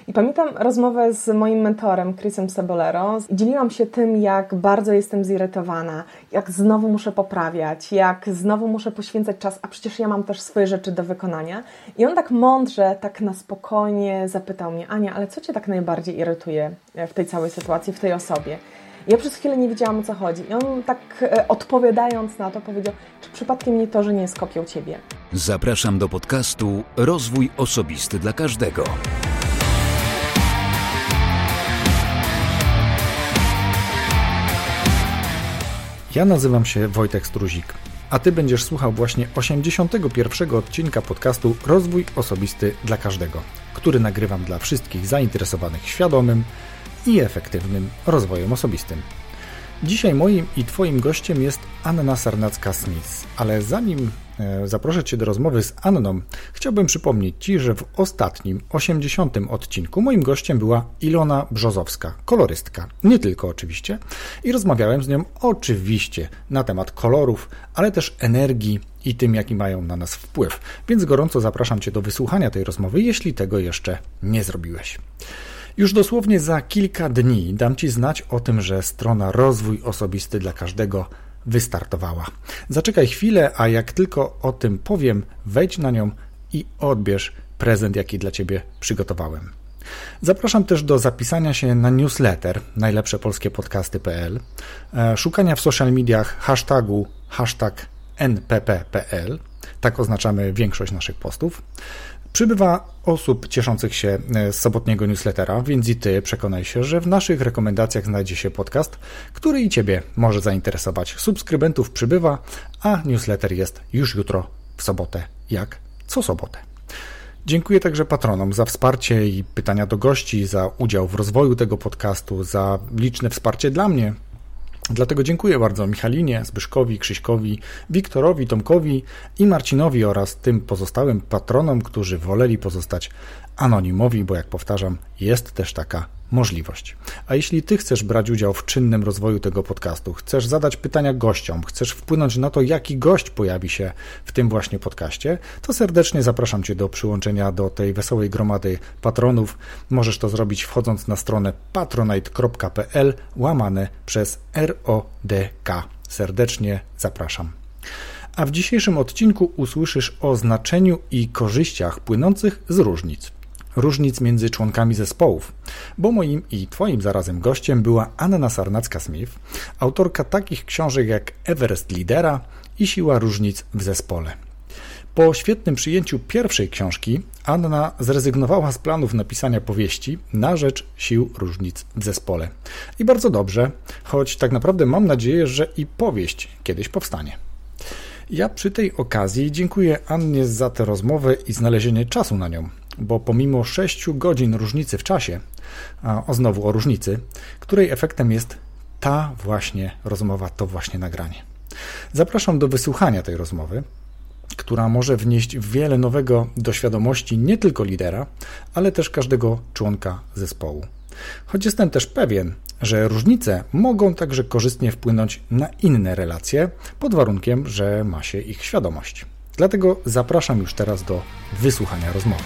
I pamiętam rozmowę z moim mentorem, Chrisem Cebolero. Dzieliłam się tym, jak bardzo jestem zirytowana, jak znowu muszę poprawiać, jak znowu muszę poświęcać czas, a przecież ja mam też swoje rzeczy do wykonania. I on tak mądrze, tak na spokojnie zapytał mnie: Ania, ale co Cię tak najbardziej irytuje w tej całej sytuacji, w tej osobie? Ja przez chwilę nie wiedziałam, o co chodzi. I on tak odpowiadając na to powiedział: czy przypadkiem nie to, że nie jest kopią Ciebie? Zapraszam do podcastu Rozwój Osobisty dla Każdego. Ja nazywam się Wojtek Struzik, a Ty będziesz słuchał właśnie 81. odcinka podcastu Rozwój Osobisty dla Każdego, który nagrywam dla wszystkich zainteresowanych świadomym i efektywnym rozwojem osobistym. Dzisiaj moim i Twoim gościem jest Anna Sarnacka-Smith, ale zanim zaproszę Cię do rozmowy z Anną, chciałbym przypomnieć Ci, że w ostatnim, 80. odcinku moim gościem była Ilona Brzozowska, kolorystka, nie tylko oczywiście, i rozmawiałem z nią oczywiście na temat kolorów, ale też energii i tym, jaki mają na nas wpływ, więc gorąco zapraszam Cię do wysłuchania tej rozmowy, jeśli tego jeszcze nie zrobiłeś. Już dosłownie za kilka dni dam Ci znać o tym, że strona Rozwój Osobisty dla Każdego wystartowała. Zaczekaj chwilę, a jak tylko o tym powiem, wejdź na nią i odbierz prezent, jaki dla Ciebie przygotowałem. Zapraszam też do zapisania się na newsletter najlepszepolskiepodcasty.pl, szukania w social mediach hashtagu #NPP.pl, tak oznaczamy większość naszych postów. Przybywa osób cieszących się z sobotniego newslettera, więc i Ty przekonaj się, że w naszych rekomendacjach znajdzie się podcast, który i Ciebie może zainteresować. Subskrybentów przybywa, a newsletter jest już jutro w sobotę, jak co sobotę. Dziękuję także patronom za wsparcie i pytania do gości, za udział w rozwoju tego podcastu, za liczne wsparcie dla mnie. Dlatego dziękuję bardzo Michalinie, Zbyszkowi, Krzyśkowi, Wiktorowi, Tomkowi i Marcinowi oraz tym pozostałym patronom, którzy woleli pozostać anonimowi, bo jak powtarzam, jest też taka możliwość. A jeśli Ty chcesz brać udział w czynnym rozwoju tego podcastu, chcesz zadać pytania gościom, chcesz wpłynąć na to, jaki gość pojawi się w tym właśnie podcaście, to serdecznie zapraszam Cię do przyłączenia do tej wesołej gromady patronów. Możesz to zrobić wchodząc na stronę patronite.pl/RODK. Serdecznie zapraszam. A w dzisiejszym odcinku usłyszysz o znaczeniu i korzyściach płynących z różnic. Różnic między członkami zespołów, bo moim i Twoim zarazem gościem była Anna Sarnacka-Smith, autorka takich książek jak Everest Lidera i Siła różnic w zespole. Po świetnym przyjęciu pierwszej książki Anna zrezygnowała z planów napisania powieści na rzecz sił różnic w zespole. I bardzo dobrze, choć tak naprawdę mam nadzieję, że i powieść kiedyś powstanie. Ja przy tej okazji dziękuję Annie za tę rozmowę i znalezienie czasu na nią, bo pomimo 6 godzin różnicy w czasie, znowu o różnicy, której efektem jest ta właśnie rozmowa, to właśnie nagranie. Zapraszam do wysłuchania tej rozmowy, która może wnieść wiele nowego do świadomości nie tylko lidera, ale też każdego członka zespołu. Choć jestem też pewien, że różnice mogą także korzystnie wpłynąć na inne relacje, pod warunkiem, że ma się ich świadomość. Dlatego zapraszam już teraz do wysłuchania rozmowy.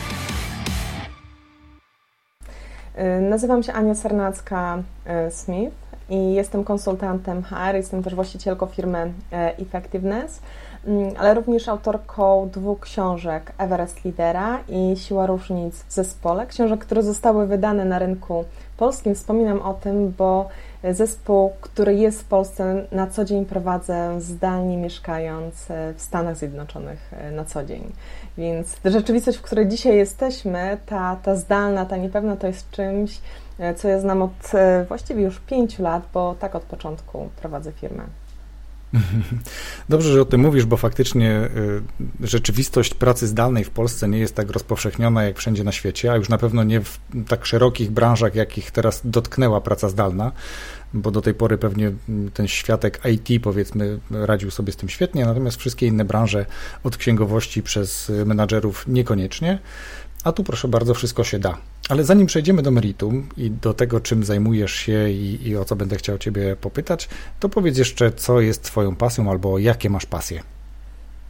Nazywam się Ania Sarnacka-Smith i jestem konsultantem HR, jestem też właścicielką firmy Effectiveness, ale również autorką 2 książek: Everest Lidera i Siła różnic w zespole. Książek, które zostały wydane na rynku polskim. Wspominam o tym, bo zespół, który jest w Polsce, na co dzień prowadzę zdalnie, mieszkając w Stanach Zjednoczonych na co dzień. Więc rzeczywistość, w której dzisiaj jesteśmy, ta zdalna, ta niepewna, to jest czymś, co ja znam od właściwie już 5 lat, bo tak od początku prowadzę firmę. Dobrze, że o tym mówisz, bo faktycznie rzeczywistość pracy zdalnej w Polsce nie jest tak rozpowszechniona jak wszędzie na świecie, a już na pewno nie w tak szerokich branżach, jakich teraz dotknęła praca zdalna, bo do tej pory pewnie ten światek IT, powiedzmy, radził sobie z tym świetnie, natomiast wszystkie inne branże, od księgowości przez menadżerów, niekoniecznie. A tu proszę bardzo, wszystko się da. Ale zanim przejdziemy do meritum i do tego, czym zajmujesz się i o co będę chciał Ciebie popytać, to powiedz jeszcze, co jest Twoją pasją albo jakie masz pasje.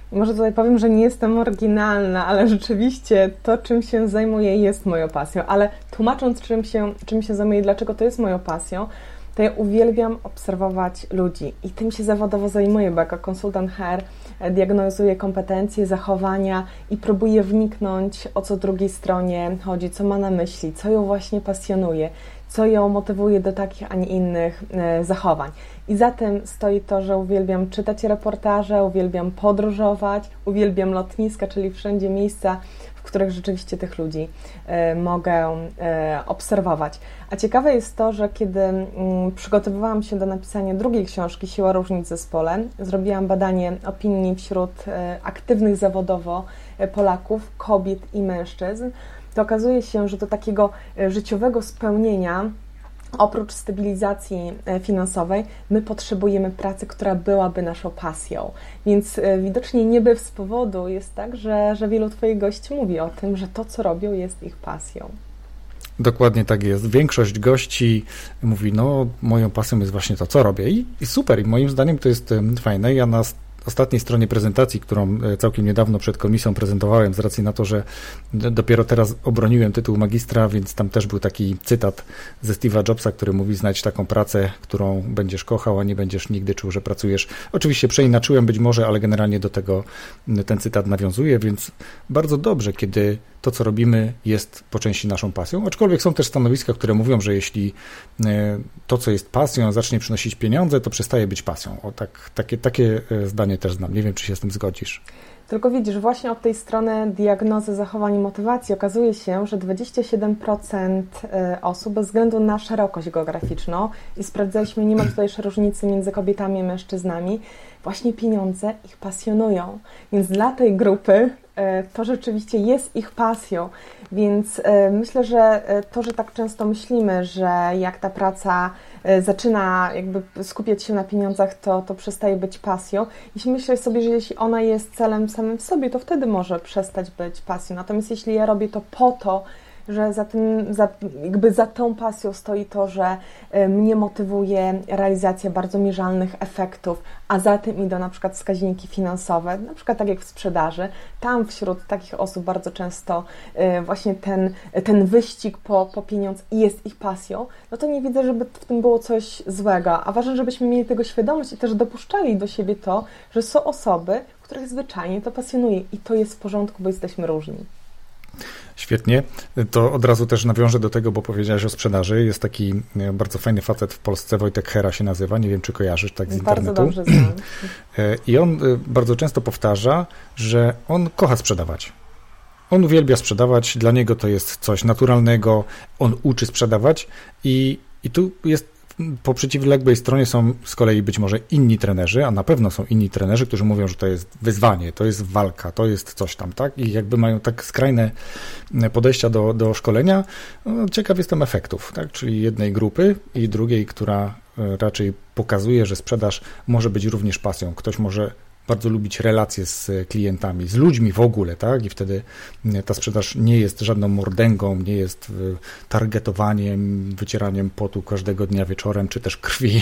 Może tutaj powiem, że nie jestem oryginalna, ale rzeczywiście to, czym się zajmuję, jest moją pasją. Ale tłumacząc, czym się zajmuję i dlaczego to jest moją pasją, to ja uwielbiam obserwować ludzi i tym się zawodowo zajmuję, bo jako konsultant HR diagnozuję kompetencje, zachowania i próbuję wniknąć, o co drugiej stronie chodzi, co ma na myśli, co ją właśnie pasjonuje, co ją motywuje do takich, a nie innych zachowań. I za tym stoi to, że uwielbiam czytać reportaże, uwielbiam podróżować, uwielbiam lotniska, czyli wszędzie miejsca, w których rzeczywiście tych ludzi mogę obserwować. A ciekawe jest to, że kiedy przygotowywałam się do napisania drugiej książki Siła różnic w zespole, zrobiłam badanie opinii wśród aktywnych zawodowo Polaków, kobiet i mężczyzn, to okazuje się, że do takiego życiowego spełnienia, oprócz stabilizacji finansowej, my potrzebujemy pracy, która byłaby naszą pasją. Więc widocznie nie bez powodu jest tak, że wielu Twoich gości mówi o tym, że to, co robią, jest ich pasją. Dokładnie tak jest. Większość gości mówi, no moją pasją jest właśnie to, co robię i super. I moim zdaniem to jest fajne. Ja na ostatniej stronie prezentacji, którą całkiem niedawno przed komisją prezentowałem, z racji na to, że dopiero teraz obroniłem tytuł magistra, więc tam też był taki cytat ze Steve'a Jobsa, który mówi: znajdź taką pracę, którą będziesz kochał, a nie będziesz nigdy czuł, że pracujesz. Oczywiście przeinaczyłem być może, ale generalnie do tego ten cytat nawiązuje, więc bardzo dobrze, kiedy to, co robimy, jest po części naszą pasją, aczkolwiek są też stanowiska, które mówią, że jeśli to, co jest pasją, zacznie przynosić pieniądze, to przestaje być pasją. O, takie zdanie też znam. Nie wiem, czy się z tym zgodzisz. Tylko widzisz, właśnie od tej strony diagnozy zachowań i motywacji okazuje się, że 27% osób bez względu na szerokość geograficzną, i sprawdzaliśmy, nie ma tutaj różnicy między kobietami i mężczyznami, właśnie pieniądze ich pasjonują. Więc dla tej grupy to rzeczywiście jest ich pasją. Więc myślę, że to, że tak często myślimy, że jak ta praca zaczyna jakby skupiać się na pieniądzach, to przestaje być pasją. Jeśli myślę sobie, że jeśli ona jest celem samym w sobie, to wtedy może przestać być pasją. Natomiast jeśli ja robię to po to, że za tą pasją stoi to, że mnie motywuje realizacja bardzo mierzalnych efektów, a za tym idą na przykład wskaźniki finansowe, na przykład tak jak w sprzedaży. Tam wśród takich osób bardzo często właśnie ten wyścig po pieniądz jest ich pasją, no to nie widzę, żeby w tym było coś złego. A ważne, żebyśmy mieli tego świadomość i też dopuszczali do siebie to, że są osoby, których zwyczajnie to pasjonuje i to jest w porządku, bo jesteśmy różni. Świetnie. To od razu też nawiążę do tego, bo powiedziałeś o sprzedaży. Jest taki bardzo fajny facet w Polsce, Wojtek Hera się nazywa, nie wiem, czy kojarzysz, tak z internetu. Bardzo dobrze znam. I on bardzo często powtarza, że on kocha sprzedawać. On uwielbia sprzedawać, dla niego to jest coś naturalnego, on uczy sprzedawać i tu jest po przeciwległej stronie są z kolei być może inni trenerzy, a na pewno są inni trenerzy, którzy mówią, że to jest wyzwanie, to jest walka, to jest coś tam, tak? I jakby mają tak skrajne podejścia do szkolenia. No, ciekaw jestem efektów, tak? Czyli jednej grupy i drugiej, która raczej pokazuje, że sprzedaż może być również pasją. Ktoś może bardzo lubić relacje z klientami, z ludźmi w ogóle, tak? I wtedy ta sprzedaż nie jest żadną mordęgą, nie jest targetowaniem, wycieraniem potu każdego dnia wieczorem, czy też krwi,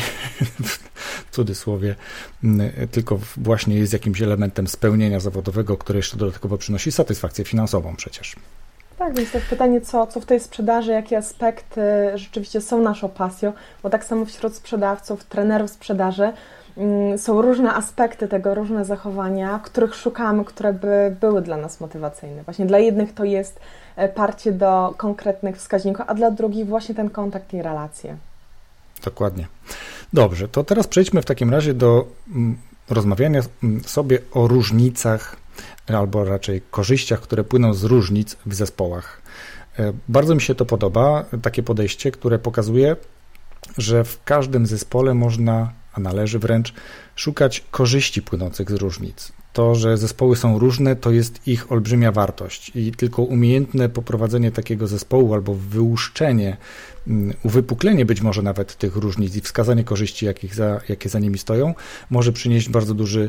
w cudzysłowie, tylko właśnie jest jakimś elementem spełnienia zawodowego, które jeszcze dodatkowo przynosi satysfakcję finansową przecież. Tak, więc to pytanie, co w tej sprzedaży, jakie aspekty rzeczywiście są naszą pasją, bo tak samo wśród sprzedawców, trenerów sprzedaży są różne aspekty tego, różne zachowania, których szukamy, które by były dla nas motywacyjne. Właśnie dla jednych to jest parcie do konkretnych wskaźników, a dla drugich właśnie ten kontakt i relacje. Dokładnie. Dobrze, to teraz przejdźmy w takim razie do rozmawiania sobie o różnicach, albo raczej korzyściach, które płyną z różnic w zespołach. Bardzo mi się to podoba, takie podejście, które pokazuje, że w każdym zespole można, a należy wręcz, szukać korzyści płynących z różnic. To, że zespoły są różne, to jest ich olbrzymia wartość i tylko umiejętne poprowadzenie takiego zespołu albo wyłuszczenie, uwypuklenie być może nawet tych różnic i wskazanie korzyści, jakie za nimi stoją, może przynieść bardzo duży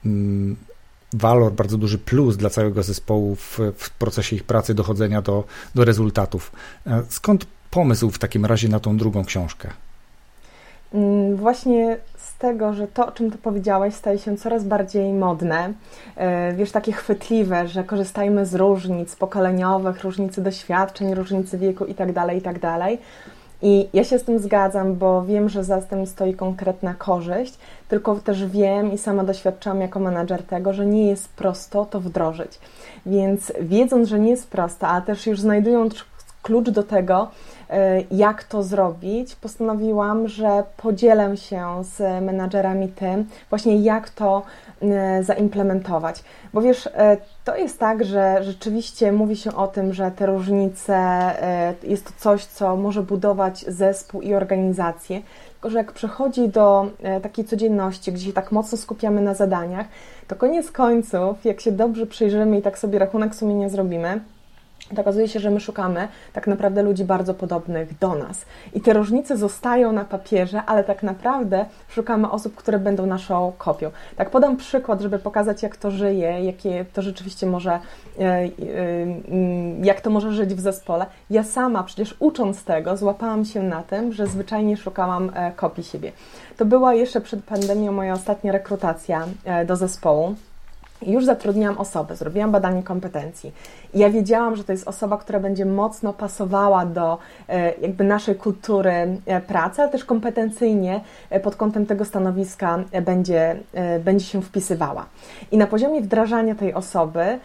walor, bardzo duży plus dla całego zespołu w procesie ich pracy, dochodzenia do rezultatów. Skąd pomysł w takim razie na tą drugą książkę? Właśnie z z tego, że to, o czym Ty powiedziałeś, staje się coraz bardziej modne, wiesz, takie chwytliwe, że korzystajmy z różnic pokoleniowych, różnicy doświadczeń, różnicy wieku itd., itd. I ja się z tym zgadzam, bo wiem, że za tym stoi konkretna korzyść, tylko też wiem i sama doświadczałam jako menadżer tego, że nie jest prosto to wdrożyć. Więc wiedząc, że nie jest prosto, a też już znajdując klucz do tego, jak to zrobić, postanowiłam, że podzielę się z menadżerami tym, właśnie jak to zaimplementować. Bo wiesz, to jest tak, że rzeczywiście mówi się o tym, że te różnice jest to coś, co może budować zespół i organizację, tylko że jak przychodzi do takiej codzienności, gdzie się tak mocno skupiamy na zadaniach, to koniec końców, jak się dobrze przyjrzymy i tak sobie rachunek sumienia zrobimy, to okazuje się, że my szukamy tak naprawdę ludzi bardzo podobnych do nas. I te różnice zostają na papierze, ale tak naprawdę szukamy osób, które będą naszą kopią. Tak podam przykład, żeby pokazać, jak to żyje, jakie to rzeczywiście może, jak to może żyć w zespole. Ja sama przecież ucząc tego złapałam się na tym, że zwyczajnie szukałam kopii siebie. To była jeszcze przed pandemią moja ostatnia rekrutacja do zespołu. Już zatrudniłam osobę, zrobiłam badanie kompetencji i ja wiedziałam, że to jest osoba, która będzie mocno pasowała do jakby naszej kultury pracy, ale też kompetencyjnie pod kątem tego stanowiska będzie się wpisywała. I na poziomie wdrażania tej osoby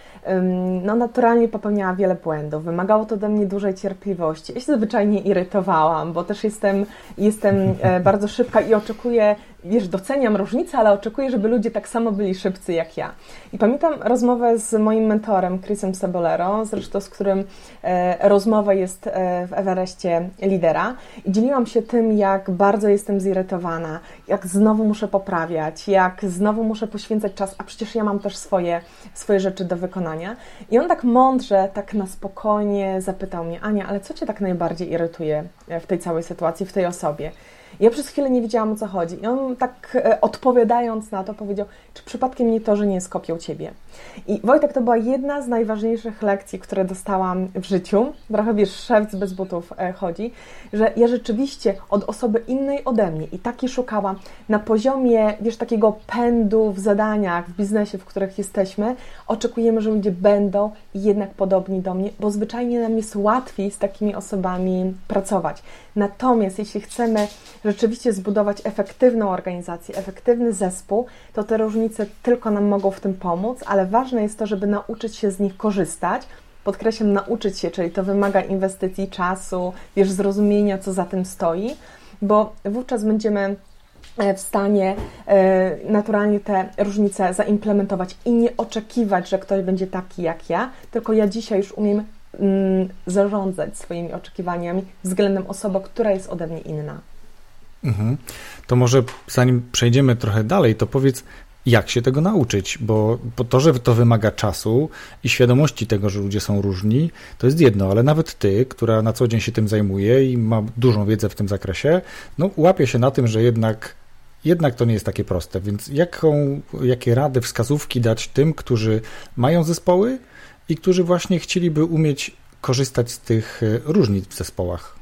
no naturalnie popełniała wiele błędów, wymagało to ode mnie dużej cierpliwości. Ja się zwyczajnie irytowałam, bo też jestem bardzo szybka i oczekuję, wiesz, doceniam różnice, ale oczekuję, żeby ludzie tak samo byli szybcy jak ja. I pamiętam rozmowę z moim mentorem, Chrisem Cebolero, zresztą z którym rozmowa jest w Everestie lidera. I dzieliłam się tym, jak bardzo jestem zirytowana, jak znowu muszę poprawiać, jak znowu muszę poświęcać czas, a przecież ja mam też swoje rzeczy do wykonania. I on tak mądrze, tak na spokojnie zapytał mnie: Ania, ale co Cię tak najbardziej irytuje w tej całej sytuacji, w tej osobie? Ja przez chwilę nie wiedziałam, o co chodzi. I on tak odpowiadając na to powiedział: czy przypadkiem nie to, że nie jest kopią Ciebie? I Wojtek, to była jedna z najważniejszych lekcji, które dostałam w życiu. Trochę, wiesz, szewc bez butów chodzi, że ja rzeczywiście od osoby innej ode mnie i takiej szukałam na poziomie, wiesz, takiego pędu w zadaniach, w biznesie, w których jesteśmy. Oczekujemy, że ludzie będą jednak podobni do mnie, bo zwyczajnie nam jest łatwiej z takimi osobami pracować. Natomiast jeśli chcemy rzeczywiście zbudować efektywną organizację, efektywny zespół, to te różnice tylko nam mogą w tym pomóc, ale ważne jest to, żeby nauczyć się z nich korzystać. Podkreślam, nauczyć się, czyli to wymaga inwestycji, czasu, wiesz, zrozumienia, co za tym stoi, bo wówczas będziemy w stanie naturalnie te różnice zaimplementować i nie oczekiwać, że ktoś będzie taki jak ja, tylko ja dzisiaj już umiem zarządzać swoimi oczekiwaniami względem osoby, która jest ode mnie inna. To może zanim przejdziemy trochę dalej, to powiedz, jak się tego nauczyć, bo to, że to wymaga czasu i świadomości tego, że ludzie są różni, to jest jedno, ale nawet ty, która na co dzień się tym zajmuje i ma dużą wiedzę w tym zakresie, no łapie się na tym, że jednak to nie jest takie proste, więc jakie rady, wskazówki dać tym, którzy mają zespoły i którzy właśnie chcieliby umieć korzystać z tych różnic w zespołach?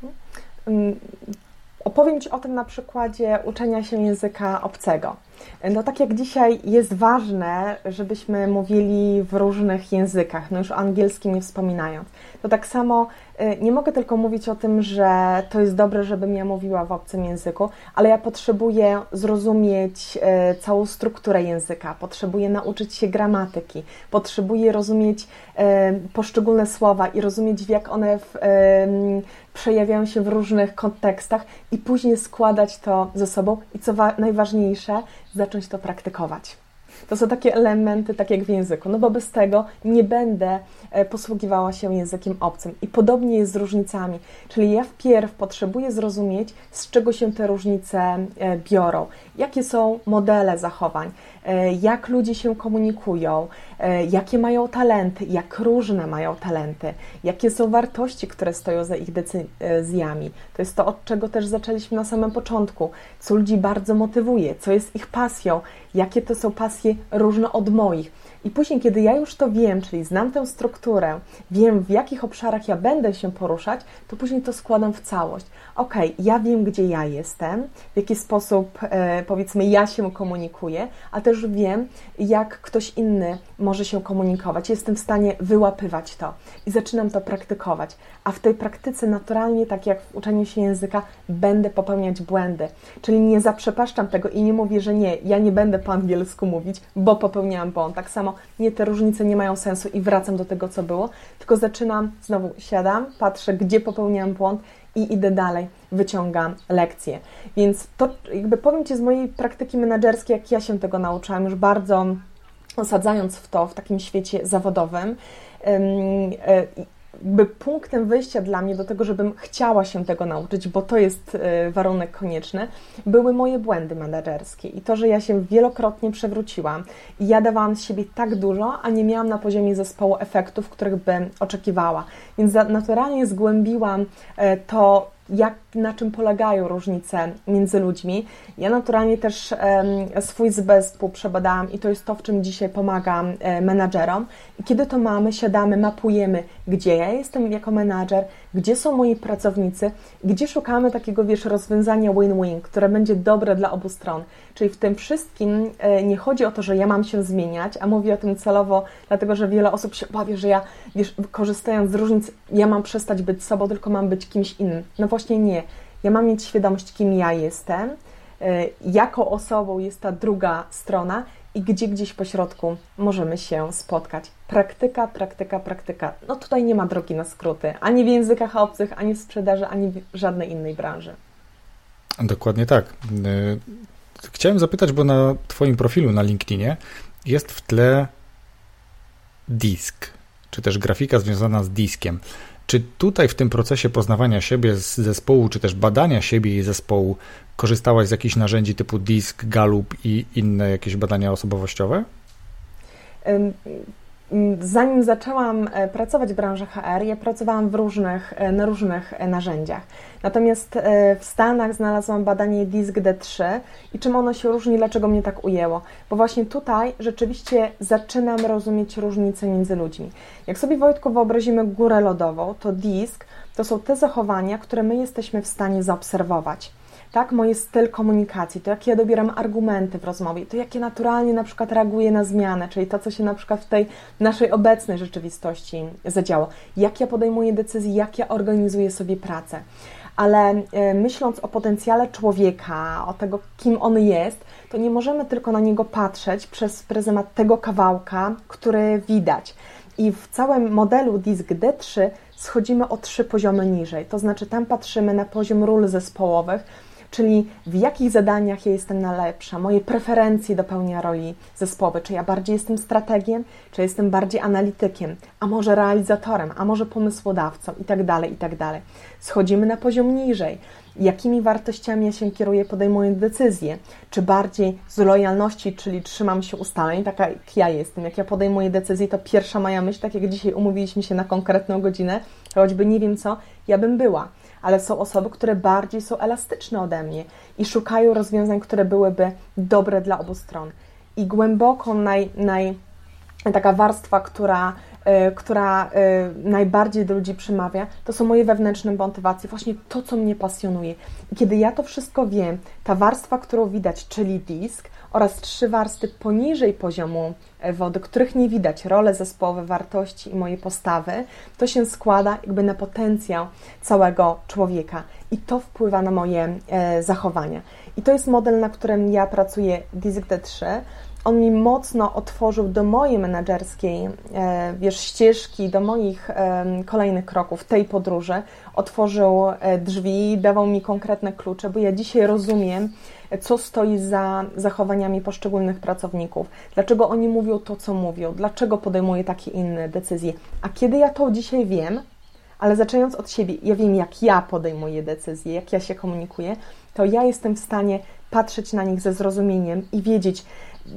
Opowiem Ci o tym na przykładzie uczenia się języka obcego. No tak jak dzisiaj jest ważne, żebyśmy mówili w różnych językach, no już o angielskim nie wspominając, to tak samo nie mogę tylko mówić o tym, że to jest dobre, żebym ja mówiła w obcym języku, ale ja potrzebuję zrozumieć całą strukturę języka, potrzebuję nauczyć się gramatyki, potrzebuję rozumieć poszczególne słowa i rozumieć, jak one przejawiają się w różnych kontekstach i później składać to ze sobą i co najważniejsze, zacząć to praktykować. To są takie elementy, tak jak w języku, no bo bez tego nie będę posługiwała się językiem obcym. I podobnie jest z różnicami, czyli ja wpierw potrzebuję zrozumieć, z czego się te różnice biorą, jakie są modele zachowań, jak ludzie się komunikują, jakie mają talenty, jak różne mają talenty, jakie są wartości, które stoją za ich decyzjami. To jest to, od czego też zaczęliśmy na samym początku, co ludzi bardzo motywuje, co jest ich pasją, jakie to są pasje różne od moich. I później, kiedy ja już to wiem, czyli znam tę strukturę, wiem, w jakich obszarach ja będę się poruszać, to później to składam w całość. Ja wiem, gdzie ja jestem, w jaki sposób, powiedzmy, ja się komunikuję, a też wiem, jak ktoś inny może się komunikować. Jestem w stanie wyłapywać to i zaczynam to praktykować. A w tej praktyce naturalnie, tak jak w uczeniu się języka, będę popełniać błędy. Czyli nie zaprzepaszczam tego i nie mówię, że nie, ja nie będę po angielsku mówić, bo popełniałam błąd. Tak samo nie, te różnice nie mają sensu i wracam do tego, co było, tylko zaczynam, znowu siadam, patrzę, gdzie popełniałam błąd i idę dalej, wyciągam lekcje. Więc to jakby powiem Ci z mojej praktyki menedżerskiej, jak ja się tego nauczyłam, już bardzo osadzając w to w takim świecie zawodowym, jakby punktem wyjścia dla mnie do tego, żebym chciała się tego nauczyć, bo to jest warunek konieczny, były moje błędy menedżerskie i to, że ja się wielokrotnie przewróciłam i ja dawałam z siebie tak dużo, a nie miałam na poziomie zespołu efektów, których bym oczekiwała. Więc naturalnie zgłębiłam to, na czym polegają różnice między ludźmi. Ja naturalnie też swój zespół przebadałam i to jest to, w czym dzisiaj pomagam menadżerom. I kiedy to mamy, siadamy, mapujemy, gdzie ja jestem jako menadżer, gdzie są moi pracownicy, gdzie szukamy takiego, rozwiązania win-win, które będzie dobre dla obu stron. Czyli w tym wszystkim nie chodzi o to, że ja mam się zmieniać, a mówię o tym celowo, dlatego że wiele osób się obawia, że ja, korzystając z różnic, ja mam przestać być sobą, tylko mam być kimś innym. No właśnie nie. Ja mam mieć świadomość, kim ja jestem, jaką osobą jest ta druga strona i gdzie gdzieś pośrodku możemy się spotkać. Praktyka, praktyka, praktyka. No tutaj nie ma drogi na skróty. Ani w językach obcych, ani w sprzedaży, ani w żadnej innej branży. Dokładnie tak. Chciałem zapytać, bo na Twoim profilu na LinkedInie jest w tle disk, czy też grafika związana z diskiem. Czy tutaj w tym procesie poznawania siebie z zespołu, czy też badania siebie i zespołu korzystałaś z jakichś narzędzi typu DISC, Gallup i inne jakieś badania osobowościowe? Zanim zaczęłam pracować w branży HR, ja pracowałam na różnych narzędziach. Natomiast w Stanach znalazłam badanie DISC D3 i czym ono się różni, dlaczego mnie tak ujęło. Bo właśnie tutaj rzeczywiście zaczynam rozumieć różnice między ludźmi. Jak sobie, Wojtku, wyobrazimy górę lodową, to DISC to są te zachowania, które my jesteśmy w stanie zaobserwować. Tak, mój styl komunikacji, to jak ja dobieram argumenty w rozmowie, to jak ja naturalnie na przykład reaguję na zmianę, czyli to, co się na przykład w tej naszej obecnej rzeczywistości zadziało, jak ja podejmuję decyzje, jak ja organizuję sobie pracę. Ale myśląc o potencjale człowieka, o tego, kim on jest, to nie możemy tylko na niego patrzeć przez pryzmat tego kawałka, który widać. I w całym modelu DISC D3 schodzimy o 3 poziomy niżej, to znaczy tam patrzymy na poziom ról zespołowych, czyli w jakich zadaniach ja jestem najlepsza, moje preferencje do pełnienia roli zespołowej, czy ja bardziej jestem strategiem, czy jestem bardziej analitykiem, a może realizatorem, a może pomysłodawcą itd., itd. Schodzimy na poziom niżej, jakimi wartościami ja się kieruję, podejmuję decyzje, czy bardziej z lojalności, czyli trzymam się ustaleń, taka jak ja jestem, jak ja podejmuję decyzje, to pierwsza moja myśl, tak jak dzisiaj umówiliśmy się na konkretną godzinę, choćby nie wiem co, ja bym była. Ale są osoby, które bardziej są elastyczne ode mnie i szukają rozwiązań, które byłyby dobre dla obu stron. I głęboko taka warstwa, która najbardziej do ludzi przemawia, to są moje wewnętrzne motywacje, właśnie to, co mnie pasjonuje. I kiedy ja to wszystko wiem, ta warstwa, którą widać, czyli DISC, oraz 3 warstwy poniżej poziomu wody, których nie widać, role zespołowe, wartości i moje postawy, to się składa jakby na potencjał całego człowieka i to wpływa na moje zachowania. I to jest model, na którym ja pracuję, DISC D3. On mi mocno otworzył do mojej menedżerskiej ścieżki, do moich kolejnych kroków tej podróży. Otworzył drzwi, dawał mi konkretne klucze, bo ja dzisiaj rozumiem, co stoi za zachowaniami poszczególnych pracowników, dlaczego oni mówią to, co mówią, dlaczego podejmuję takie inne decyzje. A kiedy ja to dzisiaj wiem, ale zaczynając od siebie, ja wiem, jak ja podejmuję decyzje, jak ja się komunikuję, to ja jestem w stanie patrzeć na nich ze zrozumieniem i wiedzieć,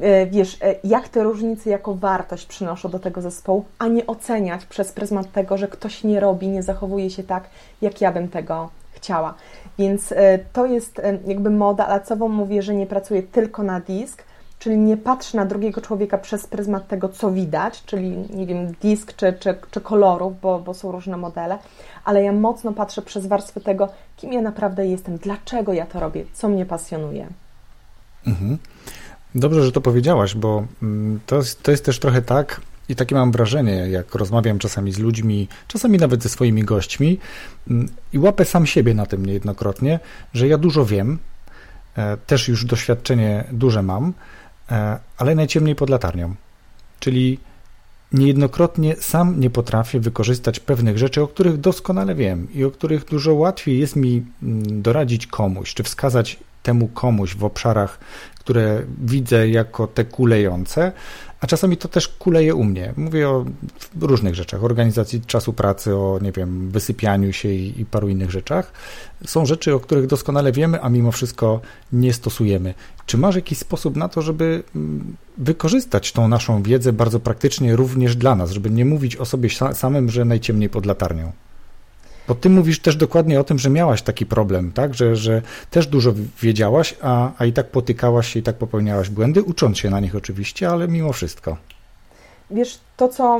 jak te różnice jako wartość przynoszą do tego zespołu, a nie oceniać przez pryzmat tego, że ktoś nie robi, nie zachowuje się tak, jak ja bym tego chciała. Więc to jest jakby moda, ale co Wam mówię, że nie pracuję tylko na DISC, czyli nie patrzę na drugiego człowieka przez pryzmat tego, co widać, czyli nie wiem, disk czy kolorów, bo są różne modele, ale ja mocno patrzę przez warstwę tego, kim ja naprawdę jestem, dlaczego ja to robię, co mnie pasjonuje. Mhm. Dobrze, że to powiedziałaś, bo to jest też trochę tak, i takie mam wrażenie, jak rozmawiam czasami z ludźmi, czasami nawet ze swoimi gośćmi i łapę sam siebie na tym niejednokrotnie, że ja dużo wiem, też już doświadczenie duże mam, ale najciemniej pod latarnią. Czyli niejednokrotnie sam nie potrafię wykorzystać pewnych rzeczy, o których doskonale wiem i o których dużo łatwiej jest mi doradzić komuś, czy wskazać temu komuś w obszarach, które widzę jako te kulejące, a czasami to też kuleje u mnie. Mówię o różnych rzeczach, organizacji czasu pracy, o, nie wiem, wysypianiu się i paru innych rzeczach. Są rzeczy, o których doskonale wiemy, a mimo wszystko nie stosujemy. Czy masz jakiś sposób na to, żeby wykorzystać tą naszą wiedzę bardzo praktycznie również dla nas, żeby nie mówić o sobie samym, że najciemniej pod latarnią? Bo ty mówisz też dokładnie o tym, że miałaś taki problem, tak? Że też dużo wiedziałaś, a i tak potykałaś się, i tak popełniałaś błędy, ucząc się na nich oczywiście, ale mimo wszystko. Wiesz, to co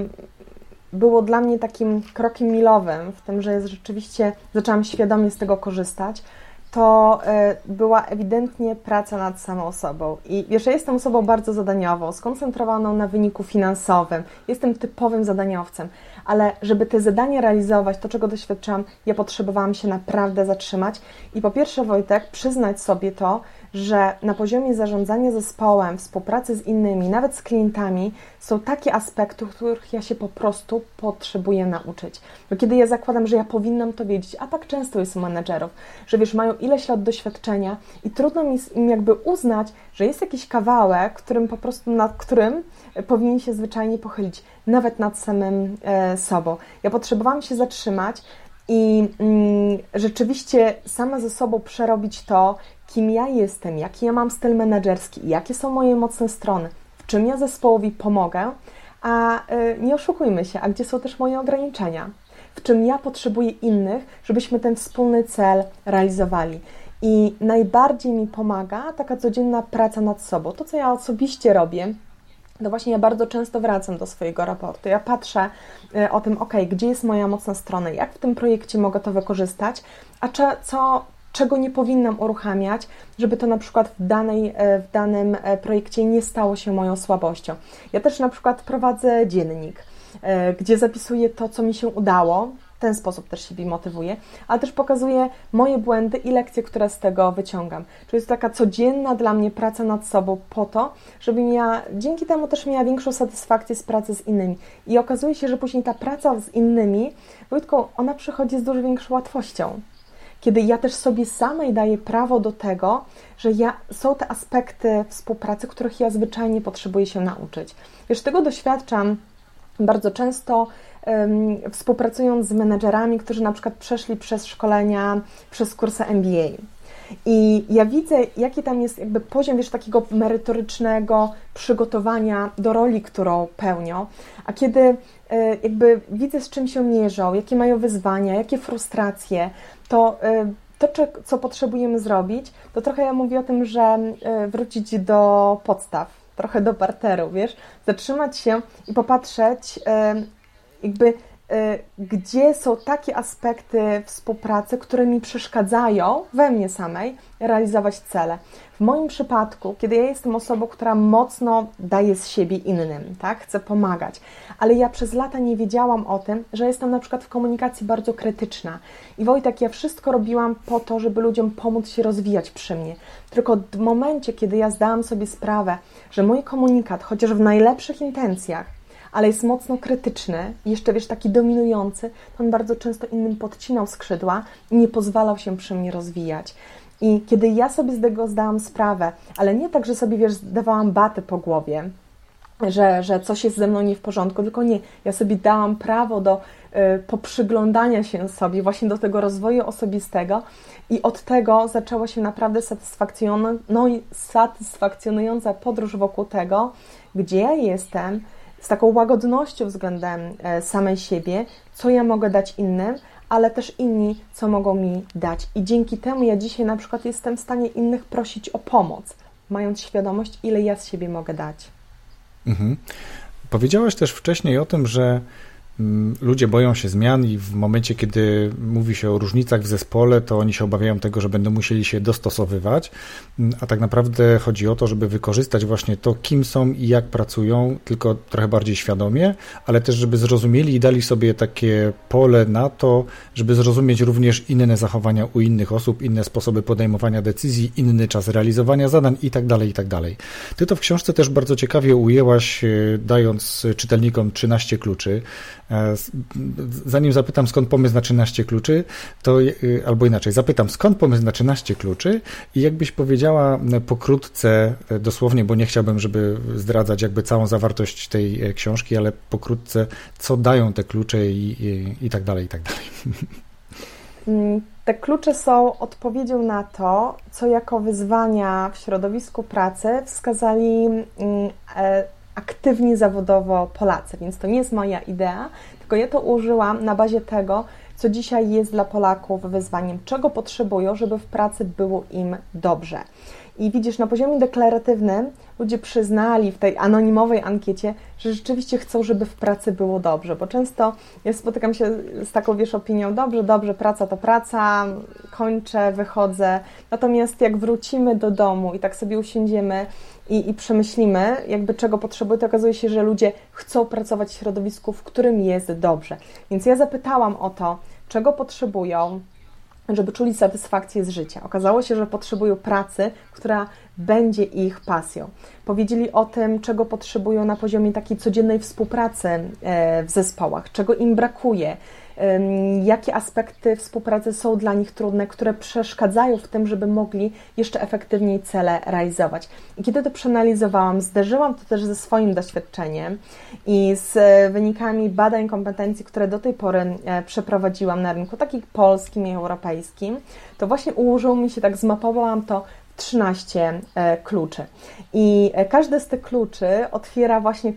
było dla mnie takim krokiem milowym w tym, że rzeczywiście zaczęłam świadomie z tego korzystać, to była ewidentnie praca nad samą sobą. I wiesz, ja jestem osobą bardzo zadaniową, skoncentrowaną na wyniku finansowym. Jestem typowym zadaniowcem, ale żeby te zadania realizować, to czego doświadczyłam, ja potrzebowałam się naprawdę zatrzymać i po pierwsze, Wojtek, przyznać sobie to, że na poziomie zarządzania zespołem, współpracy z innymi, nawet z klientami, są takie aspekty, których ja się po prostu potrzebuję nauczyć. Bo kiedy ja zakładam, że ja powinnam to wiedzieć, a tak często jest u menedżerów, że wiesz, mają ileś lat doświadczenia i trudno mi im jakby uznać, że jest jakiś kawałek, nad którym powinien się zwyczajnie pochylić, nawet nad samym sobą. Ja potrzebowałam się zatrzymać i rzeczywiście sama ze sobą przerobić to, kim ja jestem, jaki ja mam styl menedżerski, jakie są moje mocne strony, w czym ja zespołowi pomogę, a nie oszukujmy się, a gdzie są też moje ograniczenia, w czym ja potrzebuję innych, żebyśmy ten wspólny cel realizowali. I najbardziej mi pomaga taka codzienna praca nad sobą. To, co ja osobiście robię, to właśnie ja bardzo często wracam do swojego raportu. Ja patrzę o tym, gdzie jest moja mocna strona, jak w tym projekcie mogę to wykorzystać, a czego nie powinnam uruchamiać, żeby to na przykład w danym projekcie nie stało się moją słabością. Ja też na przykład prowadzę dziennik, gdzie zapisuję to, co mi się udało, w ten sposób też siebie motywuję, ale też pokazuję moje błędy i lekcje, które z tego wyciągam. Czyli jest taka codzienna dla mnie praca nad sobą po to, żebym ja dzięki temu też miała większą satysfakcję z pracy z innymi. I okazuje się, że później ta praca z innymi, Wojtku, ona przychodzi z dużo większą łatwością. Kiedy ja też sobie samej daję prawo do tego, że są te aspekty współpracy, których ja zwyczajnie potrzebuję się nauczyć. Wiesz, tego doświadczam bardzo często współpracując z menedżerami, którzy na przykład przeszli przez szkolenia, przez kursy MBA. I ja widzę, jaki tam jest jakby poziom, wiesz, takiego merytorycznego przygotowania do roli, którą pełnią, a kiedy jakby widzę, z czym się mierzą, jakie mają wyzwania, jakie frustracje, to co potrzebujemy zrobić, to trochę ja mówię o tym, że wrócić do podstaw, trochę do parteru, wiesz, zatrzymać się i popatrzeć gdzie są takie aspekty współpracy, które mi przeszkadzają we mnie samej realizować cele. W moim przypadku, kiedy ja jestem osobą, która mocno daje z siebie innym, tak, chcę pomagać, ale ja przez lata nie wiedziałam o tym, że jestem na przykład w komunikacji bardzo krytyczna. I Wojtek, ja wszystko robiłam po to, żeby ludziom pomóc się rozwijać przy mnie. Tylko w momencie, kiedy ja zdałam sobie sprawę, że mój komunikat, chociaż w najlepszych intencjach, ale jest mocno krytyczny, jeszcze wiesz, taki dominujący, to on bardzo często innym podcinał skrzydła i nie pozwalał się przy mnie rozwijać. I kiedy ja sobie z tego zdałam sprawę, ale nie tak, że sobie, wiesz, dawałam baty po głowie, że coś jest ze mną nie w porządku, tylko nie, ja sobie dałam prawo do poprzyglądania się sobie, właśnie do tego rozwoju osobistego i od tego zaczęła się naprawdę satysfakcjonująca podróż wokół tego, gdzie ja jestem, z taką łagodnością względem samej siebie, co ja mogę dać innym, ale też inni, co mogą mi dać. I dzięki temu ja dzisiaj na przykład jestem w stanie innych prosić o pomoc. mając świadomość, ile ja z siebie mogę dać. Powiedziałaś też wcześniej o tym, że ludzie boją się zmian i w momencie, kiedy mówi się o różnicach w zespole, to oni się obawiają tego, że będą musieli się dostosowywać, a tak naprawdę chodzi o to, żeby wykorzystać właśnie to, kim są i jak pracują, tylko trochę bardziej świadomie, ale też, żeby zrozumieli i dali sobie takie pole na to, żeby zrozumieć również inne zachowania u innych osób, inne sposoby podejmowania decyzji, inny czas realizowania zadań i tak dalej, i tak dalej. Ty to w książce też bardzo ciekawie ujęłaś, dając czytelnikom 13 kluczy. Zanim zapytam, skąd pomysł na 13 kluczy, to albo inaczej, zapytam, skąd pomysł na 13 kluczy i jakbyś powiedziała pokrótce, dosłownie, bo nie chciałbym, żeby zdradzać jakby całą zawartość tej książki, ale pokrótce, co dają te klucze i tak dalej, i tak dalej. Te klucze są odpowiedzią na to, co jako wyzwania w środowisku pracy wskazali aktywni zawodowo Polacy, więc to nie jest moja idea, tylko ja to użyłam na bazie tego, co dzisiaj jest dla Polaków wyzwaniem, czego potrzebują, żeby w pracy było im dobrze. I widzisz, na poziomie deklaratywnym ludzie przyznali w tej anonimowej ankiecie, że rzeczywiście chcą, żeby w pracy było dobrze, bo często ja spotykam się z taką, opinią, dobrze, praca to praca, kończę, wychodzę, natomiast jak wrócimy do domu i tak sobie usiądziemy i przemyślimy, jakby czego potrzebują, to okazuje się, że ludzie chcą pracować w środowisku, w którym jest dobrze. Więc ja zapytałam o to, czego potrzebują, żeby czuli satysfakcję z życia. Okazało się, że potrzebują pracy, która będzie ich pasją. Powiedzieli o tym, czego potrzebują na poziomie takiej codziennej współpracy w zespołach, czego im brakuje, jakie aspekty współpracy są dla nich trudne, które przeszkadzają w tym, żeby mogli jeszcze efektywniej cele realizować. I kiedy to przeanalizowałam, zderzyłam to też ze swoim doświadczeniem i z wynikami badań kompetencji, które do tej pory przeprowadziłam na rynku, takim polskim i europejskim, to właśnie ułożyło mi się, tak zmapowałam to 13 kluczy. I każdy z tych kluczy otwiera właśnie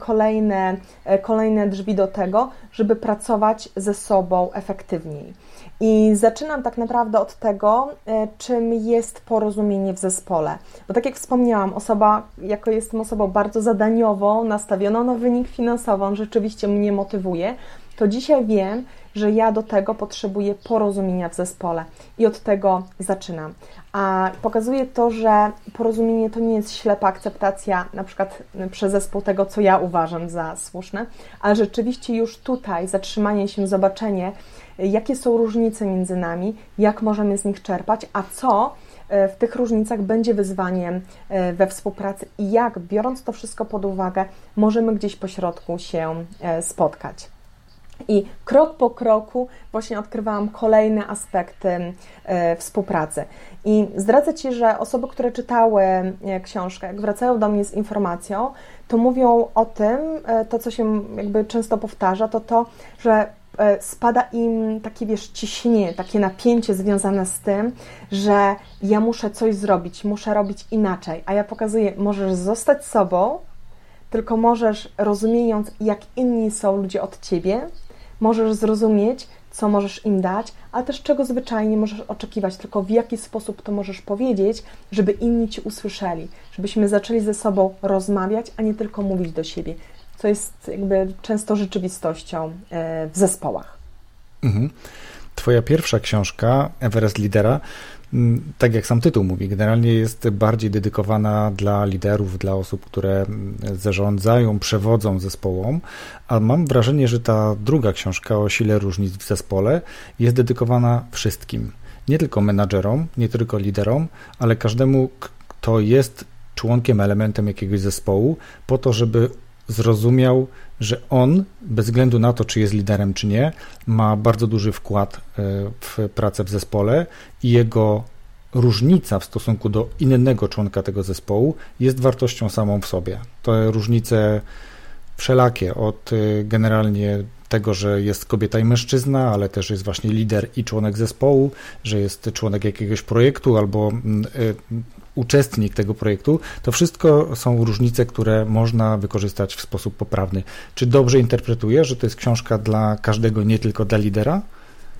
kolejne drzwi do tego, żeby pracować ze sobą efektywniej. I zaczynam tak naprawdę od tego, czym jest porozumienie w zespole. Bo tak jak wspomniałam, jestem osobą bardzo zadaniową, nastawioną na wynik finansowy, on rzeczywiście mnie motywuje, to dzisiaj wiem, że ja do tego potrzebuję porozumienia w zespole i od tego zaczynam. A pokazuje to, że porozumienie to nie jest ślepa akceptacja na przykład przez zespół tego, co ja uważam za słuszne, ale rzeczywiście już tutaj zatrzymanie się, zobaczenie, jakie są różnice między nami, jak możemy z nich czerpać, a co w tych różnicach będzie wyzwaniem we współpracy i jak, biorąc to wszystko pod uwagę, możemy gdzieś po środku się spotkać. I krok po kroku właśnie odkrywałam kolejne aspekty współpracy. I zdradzę Ci, że osoby, które czytały książkę, jak wracają do mnie z informacją, to mówią o tym, to co się jakby często powtarza, to, że spada im takie, ciśnienie, takie napięcie związane z tym, że ja muszę coś zrobić, muszę robić inaczej, a ja pokazuję, możesz zostać sobą, tylko możesz, rozumiejąc, jak inni są ludzie od Ciebie, możesz zrozumieć, co możesz im dać, ale też czego zwyczajnie możesz oczekiwać, tylko w jaki sposób to możesz powiedzieć, żeby inni Ci usłyszeli, żebyśmy zaczęli ze sobą rozmawiać, a nie tylko mówić do siebie, co jest jakby często rzeczywistością w zespołach. Twoja pierwsza książka, Everest Lidera, tak jak sam tytuł mówi, generalnie jest bardziej dedykowana dla liderów, dla osób, które zarządzają, przewodzą zespołom, a mam wrażenie, że ta druga książka o sile różnic w zespole jest dedykowana wszystkim. Nie tylko menadżerom, nie tylko liderom, ale każdemu, kto jest członkiem, elementem jakiegoś zespołu, po to, żeby zrozumiał, że on, bez względu na to, czy jest liderem, czy nie, ma bardzo duży wkład w pracę w zespole i jego różnica w stosunku do innego członka tego zespołu jest wartością samą w sobie. Te różnice wszelakie, od generalnie tego, że jest kobieta i mężczyzna, ale też jest właśnie lider i członek zespołu, że jest członek jakiegoś projektu albo uczestnik tego projektu, to wszystko są różnice, które można wykorzystać w sposób poprawny. Czy dobrze interpretuję, że to jest książka dla każdego, nie tylko dla lidera?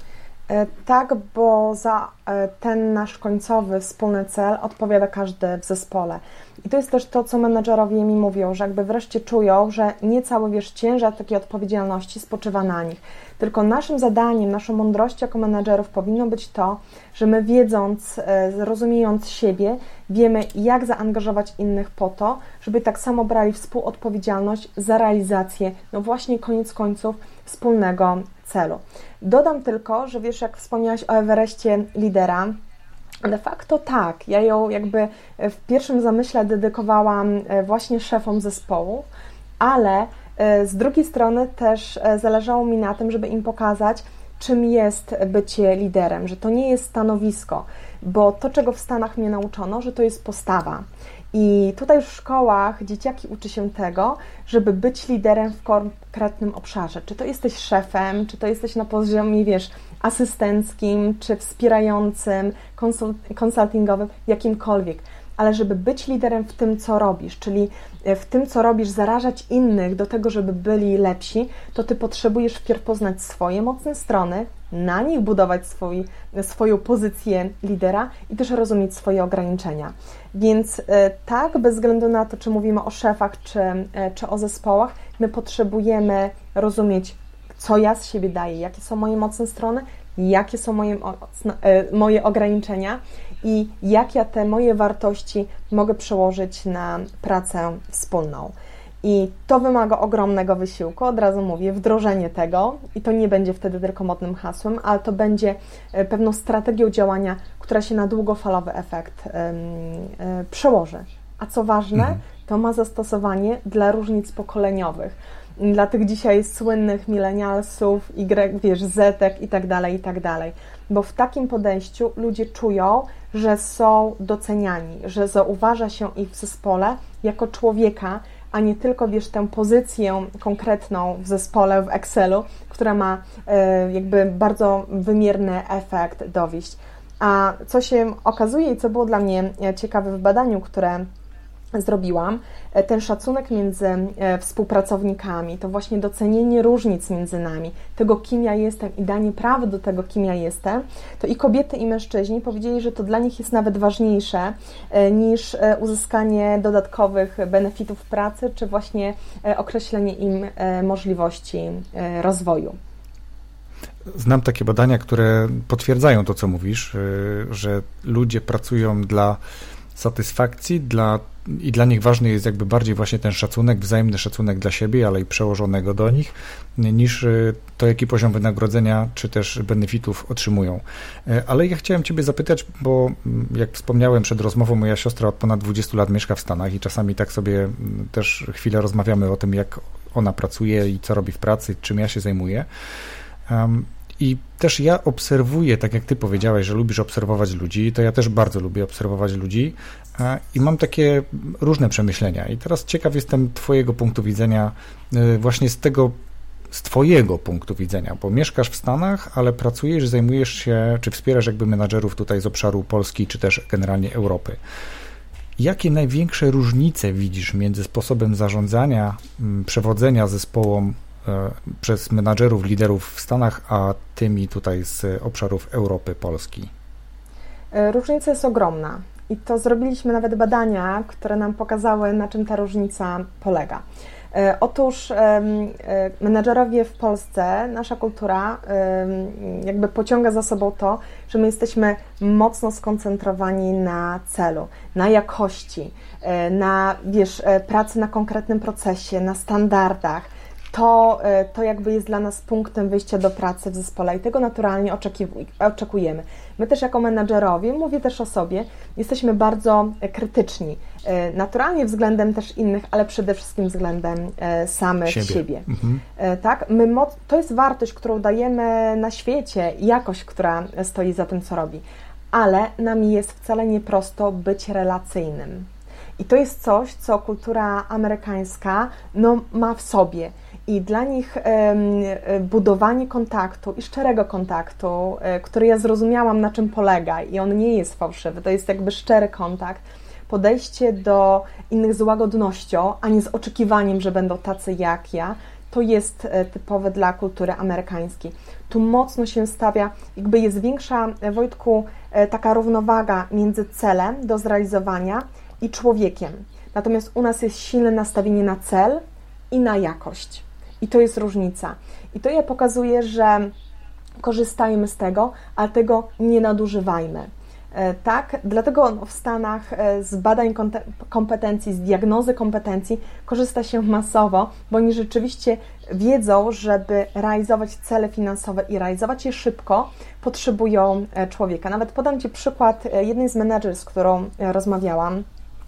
Tak, bo za ten nasz końcowy, wspólny cel odpowiada każdy w zespole. I to jest też to, co menedżerowie mi mówią, że jakby wreszcie czują, że nie cały, ciężar takiej odpowiedzialności spoczywa na nich. Tylko naszym zadaniem, naszą mądrością jako menedżerów powinno być to, że my wiedząc, rozumiejąc siebie, wiemy, jak zaangażować innych po to, żeby tak samo brali współodpowiedzialność za realizację, właśnie koniec końców, wspólnego celu. Dodam tylko, że jak wspomniałaś o Everestie lidera, de facto tak, ja ją jakby w pierwszym zamyśle dedykowałam właśnie szefom zespołu, ale z drugiej strony też zależało mi na tym, żeby im pokazać, czym jest bycie liderem, że to nie jest stanowisko, bo to, czego w Stanach mnie nauczono, że to jest postawa. I tutaj w szkołach dzieciaki uczy się tego, żeby być liderem w konkretnym obszarze. Czy to jesteś szefem, czy to jesteś na poziomie, asystenckim, czy wspierającym, konsultingowym, jakimkolwiek. Ale żeby być liderem w tym, co robisz, czyli w tym, co robisz, zarażać innych do tego, żeby byli lepsi, to Ty potrzebujesz wpierw poznać swoje mocne strony, na nich budować swoją pozycję lidera i też rozumieć swoje ograniczenia. Więc tak, bez względu na to, czy mówimy o szefach, czy o zespołach, my potrzebujemy rozumieć, co ja z siebie daję, jakie są moje mocne strony, jakie są moje ograniczenia i jak ja te moje wartości mogę przełożyć na pracę wspólną. I to wymaga ogromnego wysiłku, od razu mówię, wdrożenie tego i to nie będzie wtedy tylko modnym hasłem, ale to będzie pewną strategią działania, która się na długofalowy efekt przełoży. A co ważne, to ma zastosowanie dla różnic pokoleniowych, dla tych dzisiaj słynnych milenialsów, Zetek i tak dalej, bo w takim podejściu ludzie czują, że są doceniani, że zauważa się ich w zespole jako człowieka, a nie tylko, tę pozycję konkretną w zespole, w Excelu, która ma jakby bardzo wymierny efekt dowieść. A co się okazuje i co było dla mnie ciekawe w badaniu, które zrobiłam, ten szacunek między współpracownikami, to właśnie docenienie różnic między nami, tego, kim ja jestem i danie prawa do tego, kim ja jestem, to i kobiety, i mężczyźni powiedzieli, że to dla nich jest nawet ważniejsze niż uzyskanie dodatkowych benefitów pracy, czy właśnie określenie im możliwości rozwoju. Znam takie badania, które potwierdzają to, co mówisz, że ludzie pracują dla satysfakcji, i dla nich ważny jest jakby bardziej właśnie ten szacunek, wzajemny szacunek dla siebie, ale i przełożonego do nich, niż to, jaki poziom wynagrodzenia czy też benefitów otrzymują. Ale ja chciałem Ciebie zapytać, bo jak wspomniałem przed rozmową, moja siostra od ponad 20 lat mieszka w Stanach i czasami tak sobie też chwilę rozmawiamy o tym, jak ona pracuje i co robi w pracy, czym ja się zajmuję. I też ja obserwuję, tak jak Ty powiedziałeś, że lubisz obserwować ludzi, to ja też bardzo lubię obserwować ludzi i mam takie różne przemyślenia. I teraz ciekaw jestem Twojego punktu widzenia, właśnie z Twojego punktu widzenia, bo mieszkasz w Stanach, ale pracujesz, zajmujesz się, czy wspierasz jakby menadżerów tutaj z obszaru Polski, czy też generalnie Europy. Jakie największe różnice widzisz między sposobem zarządzania, przewodzenia zespołom przez menadżerów, liderów w Stanach, a tymi tutaj z obszarów Europy, Polski? Różnica jest ogromna i to zrobiliśmy nawet badania, które nam pokazały, na czym ta różnica polega. Otóż menadżerowie w Polsce, nasza kultura jakby pociąga za sobą to, że my jesteśmy mocno skoncentrowani na celu, na jakości, na pracy na konkretnym procesie, na standardach. To jakby jest dla nas punktem wyjścia do pracy w zespole i tego naturalnie oczekujemy. My też jako menadżerowie, mówię też o sobie, jesteśmy bardzo krytyczni, naturalnie względem też innych, ale przede wszystkim względem samych siebie. Tak? To jest wartość, którą dajemy na świecie i jakość, która stoi za tym, co robi, ale nam jest wcale nieprosto być relacyjnym. I to jest coś, co kultura amerykańska ma w sobie. I dla nich budowanie kontaktu i szczerego kontaktu, który ja zrozumiałam, na czym polega i on nie jest fałszywy, to jest jakby szczery kontakt, podejście do innych z łagodnością, a nie z oczekiwaniem, że będą tacy jak ja, to jest typowe dla kultury amerykańskiej. Tu mocno się stawia, jakby jest większa, Wojtku, taka równowaga między celem do zrealizowania i człowiekiem. Natomiast u nas jest silne nastawienie na cel i na jakość. I to jest różnica. I to ja pokazuję, że korzystajmy z tego, ale tego nie nadużywajmy. Tak, dlatego w Stanach z badań kompetencji, z diagnozy kompetencji korzysta się masowo, bo oni rzeczywiście wiedzą, żeby realizować cele finansowe i realizować je szybko, potrzebują człowieka. Nawet podam Ci przykład jednej z menedżer, z którą rozmawiałam,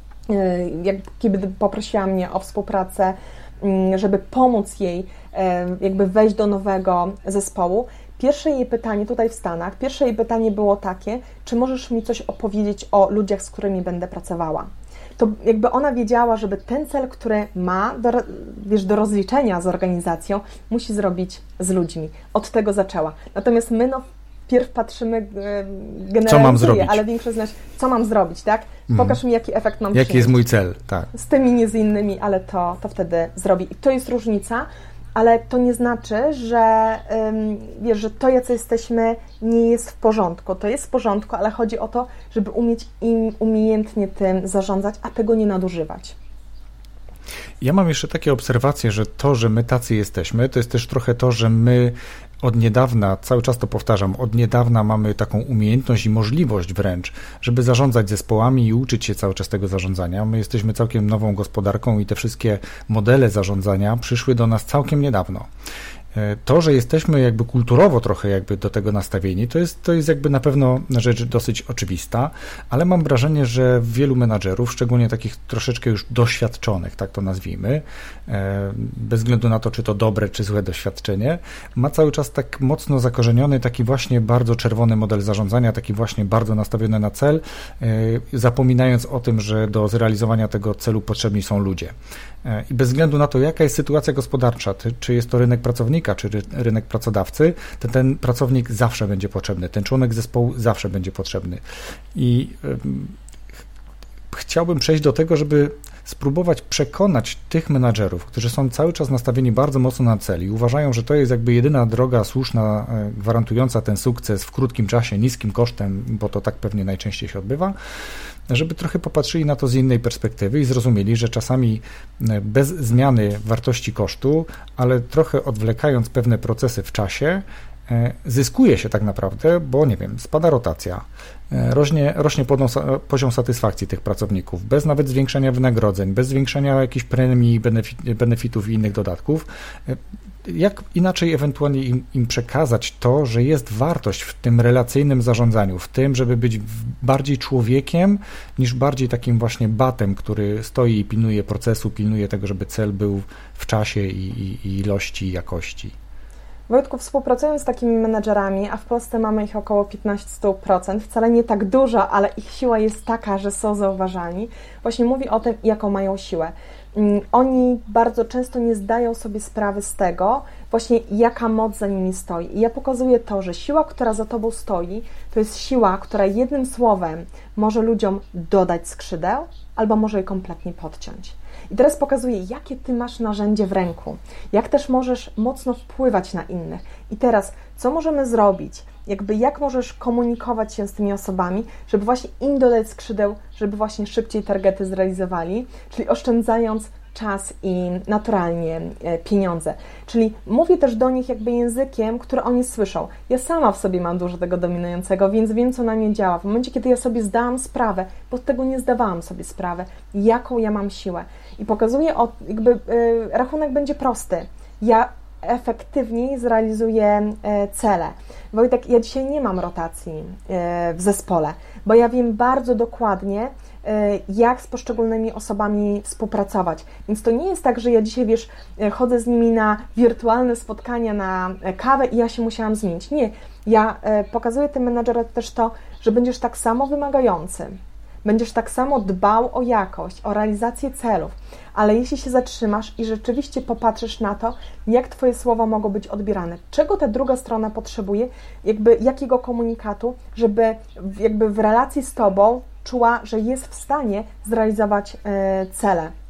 kiedy poprosiła mnie o współpracę, żeby pomóc jej jakby wejść do nowego zespołu. Pierwsze jej pytanie tutaj w Stanach, było takie, czy możesz mi coś opowiedzieć o ludziach, z którymi będę pracowała. To jakby ona wiedziała, żeby ten cel, który ma do rozliczenia z organizacją, musi zrobić z ludźmi. Od tego zaczęła. Natomiast my wpierw patrzymy, generalizuję, ale większość z nas, co mam zrobić, tak? Pokaż mi, jaki efekt mam przynieść. Jaki jest mój cel, tak. Z tymi, nie z innymi, ale to wtedy zrobi. I to jest różnica, ale to nie znaczy, że wiesz, że to, jacy jesteśmy, nie jest w porządku. To jest w porządku, ale chodzi o to, żeby umieć umiejętnie tym zarządzać, a tego nie nadużywać. Ja mam jeszcze takie obserwacje, że to, że my tacy jesteśmy, to jest też trochę to, że my od niedawna, cały czas to powtarzam, od niedawna mamy taką umiejętność i możliwość wręcz, żeby zarządzać zespołami i uczyć się cały czas tego zarządzania. My jesteśmy całkiem nową gospodarką i te wszystkie modele zarządzania przyszły do nas całkiem niedawno. To, że jesteśmy jakby kulturowo trochę jakby do tego nastawieni, to jest jakby na pewno rzecz dosyć oczywista, ale mam wrażenie, że wielu menadżerów, szczególnie takich troszeczkę już doświadczonych, tak to nazwijmy, bez względu na to, czy to dobre, czy złe doświadczenie, ma cały czas tak mocno zakorzeniony taki właśnie bardzo czerwony model zarządzania, taki właśnie bardzo nastawiony na cel, zapominając o tym, że do zrealizowania tego celu potrzebni są ludzie. I bez względu na to, jaka jest sytuacja gospodarcza, czy jest to rynek pracownika, czy rynek pracodawcy, to ten pracownik zawsze będzie potrzebny, ten członek zespołu zawsze będzie potrzebny. I chciałbym przejść do tego, żeby spróbować przekonać tych menadżerów, którzy są cały czas nastawieni bardzo mocno na cel i uważają, że to jest jakby jedyna droga słuszna, gwarantująca ten sukces w krótkim czasie, niskim kosztem, bo to tak pewnie najczęściej się odbywa, żeby trochę popatrzyli na to z innej perspektywy i zrozumieli, że czasami bez zmiany wartości kosztu, ale trochę odwlekając pewne procesy w czasie, zyskuje się tak naprawdę, bo nie wiem, spada rotacja, rośnie poziom satysfakcji tych pracowników, bez nawet zwiększenia wynagrodzeń, bez zwiększenia jakichś premii, benefitów i innych dodatków. Jak inaczej ewentualnie im przekazać to, że jest wartość w tym relacyjnym zarządzaniu, w tym, żeby być bardziej człowiekiem, niż bardziej takim właśnie batem, który stoi i pilnuje procesu, pilnuje tego, żeby cel był w czasie i ilości, i jakości. Wojtku, współpracując z takimi menedżerami, a w Polsce mamy ich około 15%, wcale nie tak dużo, ale ich siła jest taka, że są zauważani, właśnie mówi o tym, jaką mają siłę. Oni bardzo często nie zdają sobie sprawy z tego, właśnie jaka moc za nimi stoi. I ja pokazuję to, że siła, która za Tobą stoi, to jest siła, która jednym słowem może ludziom dodać skrzydeł, albo może je kompletnie podciąć. I teraz pokazuję, jakie Ty masz narzędzie w ręku, jak też możesz mocno wpływać na innych. I teraz, co możemy zrobić? Jak możesz komunikować się z tymi osobami, żeby właśnie im dodać skrzydeł, żeby właśnie szybciej targety zrealizowali, czyli oszczędzając czas i naturalnie pieniądze. Czyli mówię też do nich jakby językiem, który oni słyszą. Ja sama w sobie mam dużo tego dominującego, więc wiem, co na mnie działa. W momencie, kiedy ja sobie zdałam sprawę, bo z tego nie zdawałam sobie sprawy, jaką ja mam siłę. I pokazuję, rachunek będzie prosty. Ja efektywniej zrealizuję cele. Wojtek, ja dzisiaj nie mam rotacji w zespole, bo ja wiem bardzo dokładnie, jak z poszczególnymi osobami współpracować. Więc to nie jest tak, że ja dzisiaj, chodzę z nimi na wirtualne spotkania, na kawę i ja się musiałam zmienić. Nie, ja pokazuję tym menadżerom też to, że będziesz tak samo wymagający, będziesz tak samo dbał o jakość, o realizację celów, ale jeśli się zatrzymasz i rzeczywiście popatrzysz na to, jak Twoje słowa mogą być odbierane, czego ta druga strona potrzebuje, jakiego komunikatu, żeby w relacji z Tobą czuła, że jest w stanie zrealizować cele.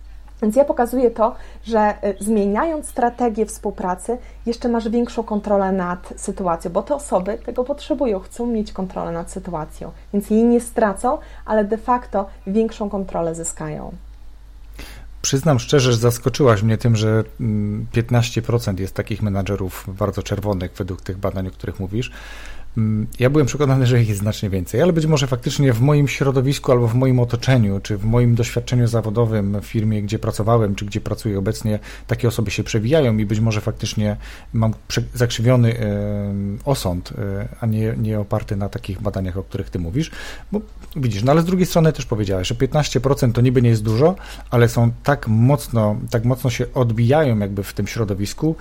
Więc ja pokazuję to, że zmieniając strategię współpracy, jeszcze masz większą kontrolę nad sytuacją, bo te osoby tego potrzebują, chcą mieć kontrolę nad sytuacją, więc jej nie stracą, ale de facto większą kontrolę zyskają. Przyznam szczerze, że zaskoczyłaś mnie tym, że 15% jest takich menadżerów bardzo czerwonych według tych badań, o których mówisz. Ja byłem przekonany, że ich jest znacznie więcej, ale być może faktycznie w moim środowisku albo w moim otoczeniu, czy w moim doświadczeniu zawodowym w firmie, gdzie pracowałem, czy gdzie pracuję obecnie, takie osoby się przewijają i być może faktycznie mam zakrzywiony osąd, a nie oparty na takich badaniach, o których ty mówisz, bo widzisz, no ale z drugiej strony też powiedziałeś, że 15% to niby nie jest dużo, ale są tak mocno się odbijają jakby w tym środowisku,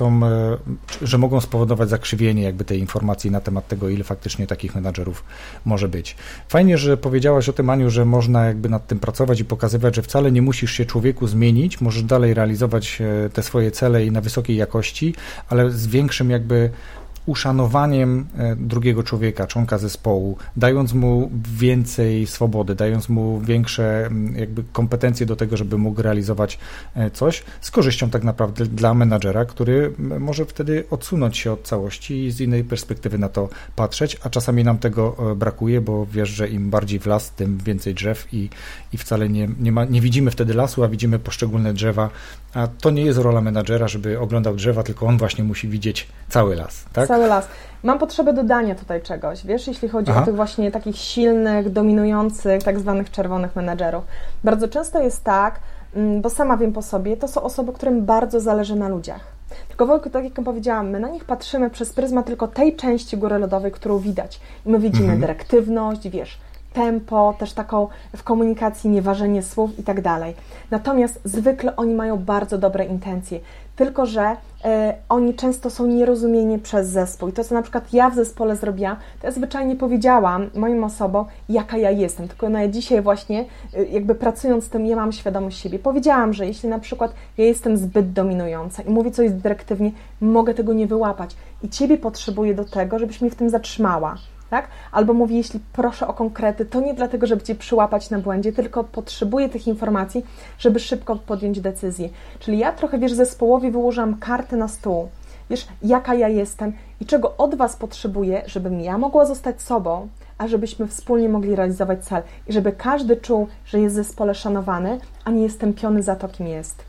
że mogą spowodować zakrzywienie jakby tej informacji na temat tego, ile faktycznie takich menadżerów może być. Fajnie, że powiedziałaś o tym, Aniu, że można jakby nad tym pracować i pokazywać, że wcale nie musisz się człowieku zmienić, możesz dalej realizować te swoje cele i na wysokiej jakości, ale z większym jakby uszanowaniem drugiego człowieka, członka zespołu, dając mu więcej swobody, dając mu większe jakby kompetencje do tego, żeby mógł realizować coś z korzyścią tak naprawdę dla menadżera, który może wtedy odsunąć się od całości i z innej perspektywy na to patrzeć, a czasami nam tego brakuje, bo wiesz, że im bardziej w las, tym więcej drzew i wcale nie widzimy wtedy lasu, a widzimy poszczególne drzewa, a to nie jest rola menadżera, żeby oglądał drzewa, tylko on właśnie musi widzieć cały las, tak? Cały las. Mam potrzebę dodania tutaj czegoś, wiesz, jeśli chodzi o tych właśnie takich silnych, dominujących, tak zwanych czerwonych menadżerów. Bardzo często jest tak, bo sama wiem po sobie, to są osoby, którym bardzo zależy na ludziach. Tylko Wojtku, tak jak powiedziałam, my na nich patrzymy przez pryzmat tylko tej części góry lodowej, którą widać. I my widzimy dyrektywność, wiesz, tempo, też taką w komunikacji nieważenie słów i tak dalej. Natomiast zwykle oni mają bardzo dobre intencje, tylko że oni często są nierozumieni przez zespół. I to, co na przykład ja w zespole zrobiłam, to ja zwyczajnie powiedziałam moim osobom, jaka ja jestem. Tylko ja dzisiaj właśnie, jakby pracując z tym, ja mam świadomość siebie. Powiedziałam, że jeśli na przykład ja jestem zbyt dominująca i mówię coś dyrektywnie, mogę tego nie wyłapać. I Ciebie potrzebuję do tego, żebyś mnie w tym zatrzymała. Tak? Albo mówi, jeśli proszę o konkrety, to nie dlatego, żeby Cię przyłapać na błędzie, tylko potrzebuję tych informacji, żeby szybko podjąć decyzję. Czyli ja trochę, wiesz, zespołowi wyłożyłam kartę na stół, wiesz, jaka ja jestem i czego od Was potrzebuję, żebym ja mogła zostać sobą, a żebyśmy wspólnie mogli realizować cel i żeby każdy czuł, że jest w zespole szanowany, a nie jest tępiony za to, kim jest.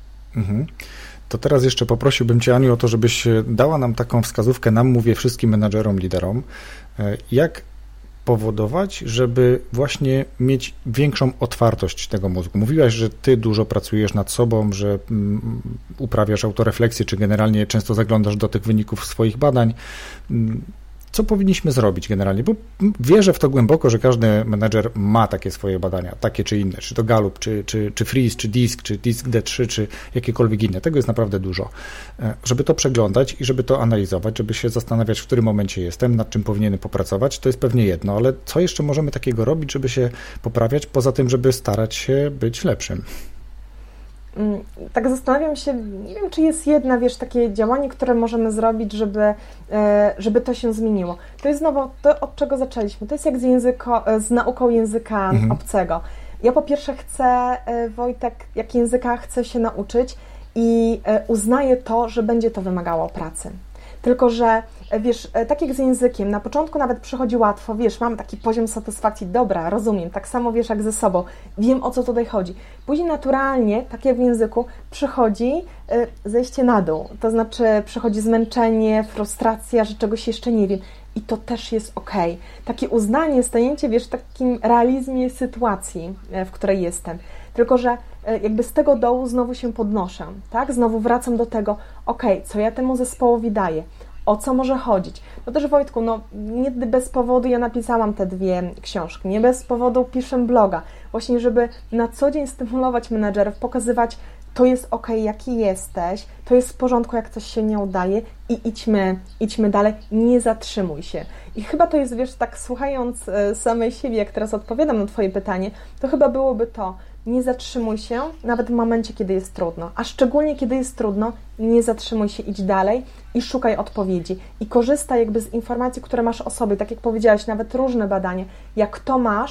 To teraz jeszcze poprosiłbym Cię, Aniu, o to, żebyś dała nam taką wskazówkę, mówię wszystkim menadżerom, liderom, jak powodować, żeby właśnie mieć większą otwartość tego mózgu. Mówiłaś, że Ty dużo pracujesz nad sobą, że uprawiasz autorefleksję, czy generalnie często zaglądasz do tych wyników swoich badań. Co powinniśmy zrobić generalnie? Bo wierzę w to głęboko, że każdy menedżer ma takie swoje badania, takie czy inne, czy to Gallup, czy Freeze, czy DISC, czy DISC D3, czy jakiekolwiek inne. Tego jest naprawdę dużo. Żeby to przeglądać i żeby to analizować, żeby się zastanawiać, w którym momencie jestem, nad czym powinienem popracować, to jest pewnie jedno, ale co jeszcze możemy takiego robić, żeby się poprawiać, poza tym, żeby starać się być lepszym? Tak zastanawiam się, nie wiem, czy jest jedna, wiesz, takie działanie, które możemy zrobić, żeby to się zmieniło. To jest znowu to, od czego zaczęliśmy. To jest jak z nauką języka obcego. Ja po pierwsze chcę, Wojtek, jak języka chcę się nauczyć i uznaję to, że będzie to wymagało pracy. Tylko że, wiesz, tak jak z językiem, na początku nawet przychodzi łatwo, wiesz, mam taki poziom satysfakcji, dobra, rozumiem, tak samo wiesz jak ze sobą, wiem o co tutaj chodzi. Później naturalnie, tak jak w języku, przychodzi zejście na dół, to znaczy przychodzi zmęczenie, frustracja, że czegoś jeszcze nie wiem i to też jest okej. Takie uznanie, stajecie, wiesz, w takim realizmie sytuacji, w której jestem. Tylko że jakby z tego dołu znowu się podnoszę, tak? Znowu wracam do tego, co ja temu zespołowi daję, o co może chodzić. No też Wojtku, nie bez powodu ja napisałam te 2 książki, nie bez powodu piszę bloga, właśnie żeby na co dzień stymulować menedżerów, pokazywać, to jest jaki jesteś, to jest w porządku, jak coś się nie udaje i idźmy dalej, nie zatrzymuj się. I chyba to jest, wiesz, tak słuchając samej siebie, jak teraz odpowiadam na Twoje pytanie, to chyba byłoby to, nie zatrzymuj się, nawet w momencie, kiedy jest trudno, a szczególnie, kiedy jest trudno, nie zatrzymuj się, idź dalej i szukaj odpowiedzi i korzystaj jakby z informacji, które masz o sobie, tak jak powiedziałaś, nawet różne badania, jak to masz,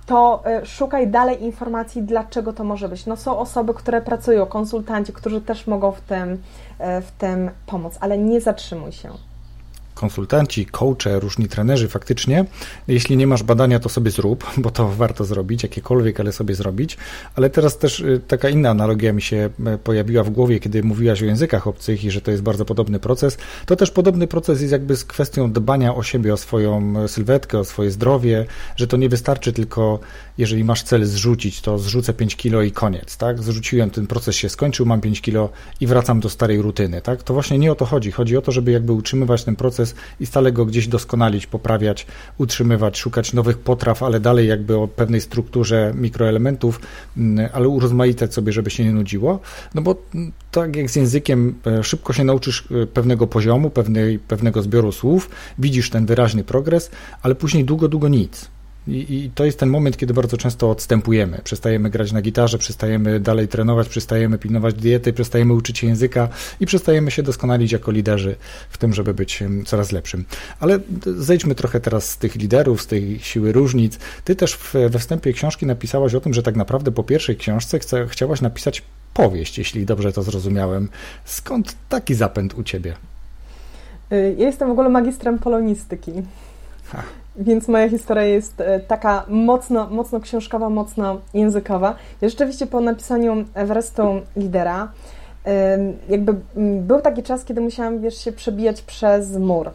to szukaj dalej informacji, dlaczego to może być. No są osoby, które pracują, konsultanci, którzy też mogą w tym pomóc, ale nie zatrzymuj się. Konsultanci, coache, różni trenerzy faktycznie, jeśli nie masz badania, to sobie zrób, bo to warto zrobić, jakiekolwiek, ale sobie zrobić. Ale teraz też taka inna analogia mi się pojawiła w głowie, kiedy mówiłaś o językach obcych i że to jest bardzo podobny proces. To też podobny proces jest jakby z kwestią dbania o siebie, o swoją sylwetkę, o swoje zdrowie, że to nie wystarczy tylko, jeżeli masz cel zrzucić, to zrzucę 5 kilo i koniec, tak? Zrzuciłem, ten proces się skończył, mam 5 kilo i wracam do starej rutyny, tak? To właśnie nie o to chodzi. Chodzi o to, żeby jakby utrzymywać ten proces i stale go gdzieś doskonalić, poprawiać, utrzymywać, szukać nowych potraw, ale dalej jakby o pewnej strukturze mikroelementów, ale urozmaicać sobie, żeby się nie nudziło, no bo tak jak z językiem, szybko się nauczysz pewnego poziomu, pewnego zbioru słów, widzisz ten wyraźny progres, ale później długo nic. I to jest ten moment, kiedy bardzo często odstępujemy. Przestajemy grać na gitarze, przestajemy dalej trenować, przestajemy pilnować diety, przestajemy uczyć się języka i przestajemy się doskonalić jako liderzy w tym, żeby być coraz lepszym. Ale zejdźmy trochę teraz z tych liderów, z tej siły różnic. Ty też we wstępie książki napisałaś o tym, że tak naprawdę po pierwszej książce chciałaś napisać powieść, jeśli dobrze to zrozumiałem. Skąd taki zapęd u ciebie? Ja jestem w ogóle magistrem polonistyki. Więc moja historia jest taka mocno książkowa, mocno językowa. Ja rzeczywiście po napisaniu Everestu Lidera jakby był taki czas, kiedy musiałam, się przebijać przez mur.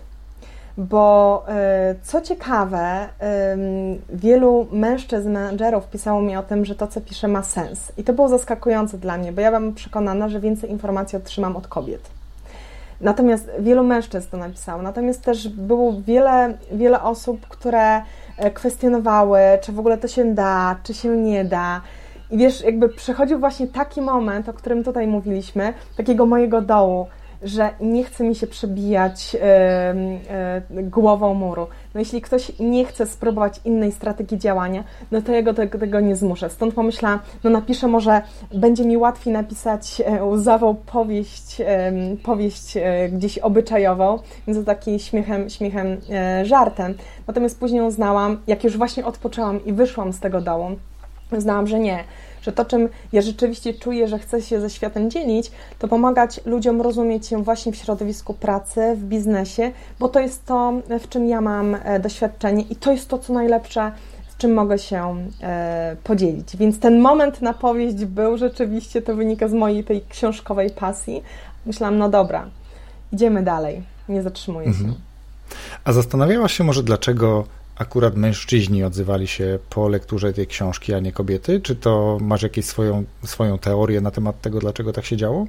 Bo co ciekawe, wielu mężczyzn, menedżerów pisało mi o tym, że to, co piszę, ma sens. I to było zaskakujące dla mnie, bo ja byłam przekonana, że więcej informacji otrzymam od kobiet. Natomiast wielu mężczyzn to napisało, natomiast też było wiele osób, które kwestionowały, czy w ogóle to się da, czy się nie da. I wiesz, jakby przychodził właśnie taki moment, o którym tutaj mówiliśmy, takiego mojego dołu, że nie chce mi się przebijać głową muru. No jeśli ktoś nie chce spróbować innej strategii działania, no to ja go tego nie zmuszę. Stąd pomyślałam, no napiszę, może będzie mi łatwiej napisać łzawą powieść gdzieś obyczajową, więc to taki śmiechem, żartem. Natomiast później uznałam, jak już właśnie odpoczęłam i wyszłam z tego dołu, uznałam, że nie, że to, czym ja rzeczywiście czuję, że chcę się ze światem dzielić, to pomagać ludziom rozumieć się właśnie w środowisku pracy, w biznesie, bo to jest to, w czym ja mam doświadczenie i to jest to, co najlepsze, z czym mogę się podzielić. Więc ten moment na powieść był rzeczywiście, to wynika z mojej tej książkowej pasji. Myślałam, no dobra, idziemy dalej, nie zatrzymuję się. A zastanawiałaś się może, dlaczego akurat mężczyźni odzywali się po lekturze tej książki, a nie kobiety? Czy to masz jakąś swoją teorię na temat tego, dlaczego tak się działo?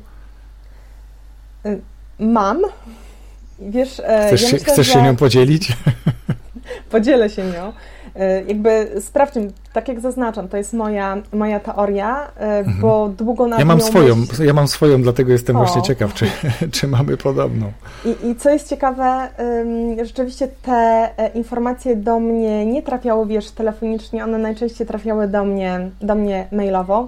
Mam. Wiesz, chcesz się nią podzielić? Podzielę się nią. Jakby sprawdźmy, tak jak zaznaczam, to jest moja teoria, bo długo nad nią Ja mam swoją, dlatego jestem właśnie ciekaw, czy mamy podobną. I co jest ciekawe, rzeczywiście te informacje do mnie nie trafiały, wiesz, telefonicznie, one najczęściej trafiały do mnie mailowo.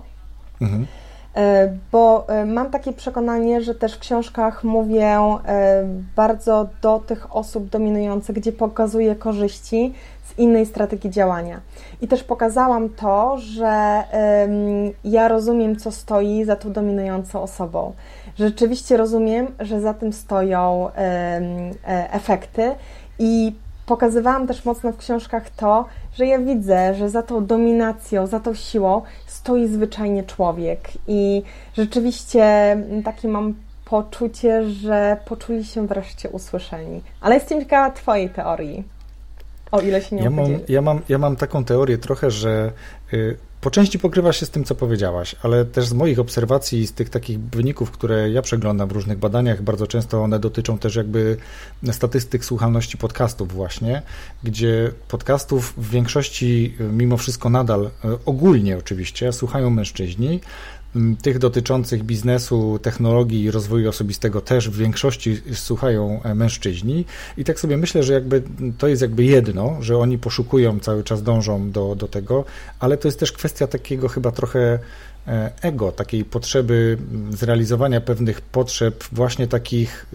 Bo mam takie przekonanie, że też w książkach mówię bardzo do tych osób dominujących, gdzie pokazuję korzyści z innej strategii działania. I też pokazałam to, że ja rozumiem, co stoi za tą dominującą osobą. Rzeczywiście rozumiem, że za tym stoją efekty i pokazywałam też mocno w książkach to, że ja widzę, że za tą dominacją, za tą siłą stoi zwyczajnie człowiek i rzeczywiście takie mam poczucie, że poczuli się wreszcie usłyszeni. Ale jestem ciekawa Twojej teorii, o ile się nie podzielisz. Ja mam taką teorię trochę, że po części pokrywa się z tym, co powiedziałaś, ale też z moich obserwacji, z tych takich wyników, które ja przeglądam w różnych badaniach, bardzo często one dotyczą też jakby statystyk słuchalności podcastów właśnie, gdzie podcastów w większości mimo wszystko nadal, ogólnie oczywiście, słuchają mężczyźni. Tych dotyczących biznesu, technologii i rozwoju osobistego też w większości słuchają mężczyźni i tak sobie myślę, że jakby to jest jakby jedno, że oni poszukują, cały czas dążą do tego, ale to jest też kwestia takiego chyba trochę ego, takiej potrzeby zrealizowania pewnych potrzeb właśnie takich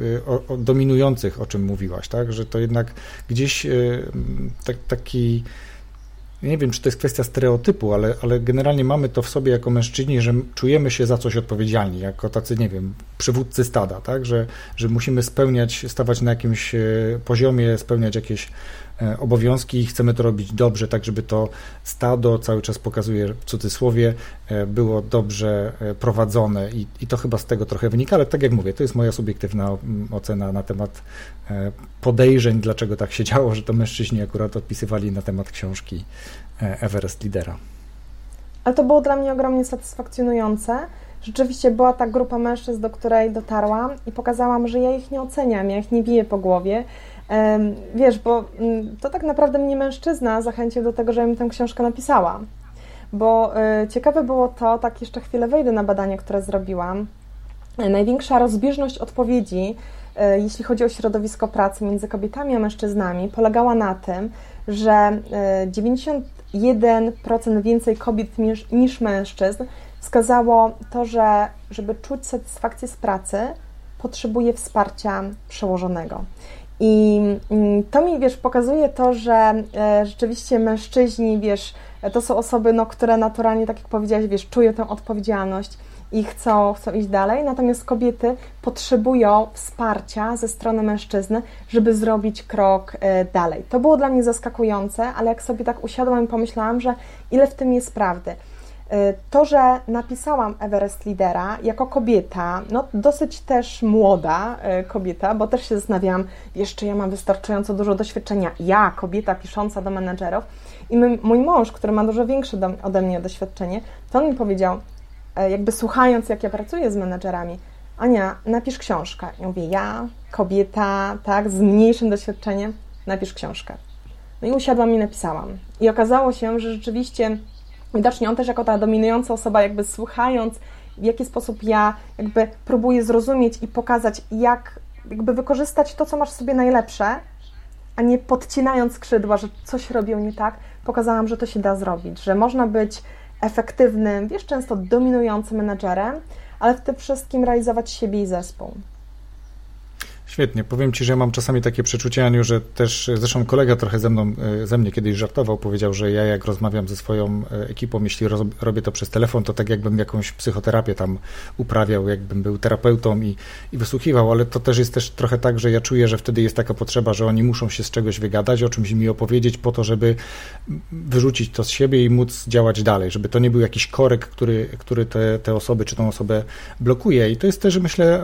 dominujących, o czym mówiłaś, tak, że to jednak gdzieś taki nie wiem, czy to jest kwestia stereotypu, ale generalnie mamy to w sobie jako mężczyźni, że czujemy się za coś odpowiedzialni, jako tacy, nie wiem, przywódcy stada, tak, że musimy stawać na jakimś poziomie, spełniać jakieś obowiązki i chcemy to robić dobrze, tak żeby to stado, cały czas pokazuję w cudzysłowie, było dobrze prowadzone i to chyba z tego trochę wynika, ale tak jak mówię, to jest moja subiektywna ocena na temat podejrzeń, dlaczego tak się działo, że to mężczyźni akurat odpisywali na temat książki Everest Leadera. Ale to było dla mnie ogromnie satysfakcjonujące. Rzeczywiście była ta grupa mężczyzn, do której dotarłam i pokazałam, że ja ich nie oceniam, ja ich nie biję po głowie. Wiesz, bo to tak naprawdę mnie mężczyzna zachęcił do tego, żebym tę książkę napisała. Bo ciekawe było to, tak jeszcze chwilę wejdę na badanie, które zrobiłam. Największa rozbieżność odpowiedzi, jeśli chodzi o środowisko pracy między kobietami a mężczyznami, polegała na tym, że 91% więcej kobiet niż mężczyzn wskazało to, że żeby czuć satysfakcję z pracy, potrzebuje wsparcia przełożonego. I to mi, wiesz, pokazuje to, że rzeczywiście mężczyźni, wiesz, to są osoby, które naturalnie, tak jak powiedziałaś, wiesz, czują tę odpowiedzialność i chcą iść dalej, natomiast kobiety potrzebują wsparcia ze strony mężczyzny, żeby zrobić krok dalej. To było dla mnie zaskakujące, ale jak sobie tak usiadłam i pomyślałam, że ile w tym jest prawdy. To, że napisałam Everest Leadera jako kobieta, dosyć też młoda kobieta, bo też się zastanawiałam, wiesz, czy ja mam wystarczająco dużo doświadczenia, ja, kobieta pisząca do menedżerów, i mój mąż, który ma dużo większe ode mnie doświadczenie, to on mi powiedział, jakby słuchając, jak ja pracuję z menedżerami, Ania, napisz książkę. Ja mówię, ja, kobieta, tak, z mniejszym doświadczeniem, napisz książkę. No i usiadłam i napisałam. I okazało się, że rzeczywiście widocznie on też jako ta dominująca osoba, jakby słuchając, w jaki sposób ja jakby próbuję zrozumieć i pokazać, jak jakby wykorzystać to, co masz w sobie najlepsze, a nie podcinając skrzydła, że coś robią nie tak, pokazałam, że to się da zrobić, że można być efektywnym, wiesz, często dominującym menedżerem, ale w tym wszystkim realizować siebie i zespół. Świetnie. Powiem Ci, że ja mam czasami takie przeczucie, Aniu, że też, zresztą kolega trochę ze mnie kiedyś żartował, powiedział, że ja jak rozmawiam ze swoją ekipą, jeśli robię to przez telefon, to tak jakbym jakąś psychoterapię tam uprawiał, jakbym był terapeutą i wysłuchiwał, ale to też jest też trochę tak, że ja czuję, że wtedy jest taka potrzeba, że oni muszą się z czegoś wygadać, o czymś mi opowiedzieć po to, żeby wyrzucić to z siebie i móc działać dalej, żeby to nie był jakiś korek, który te osoby czy tą osobę blokuje. I to jest też, myślę,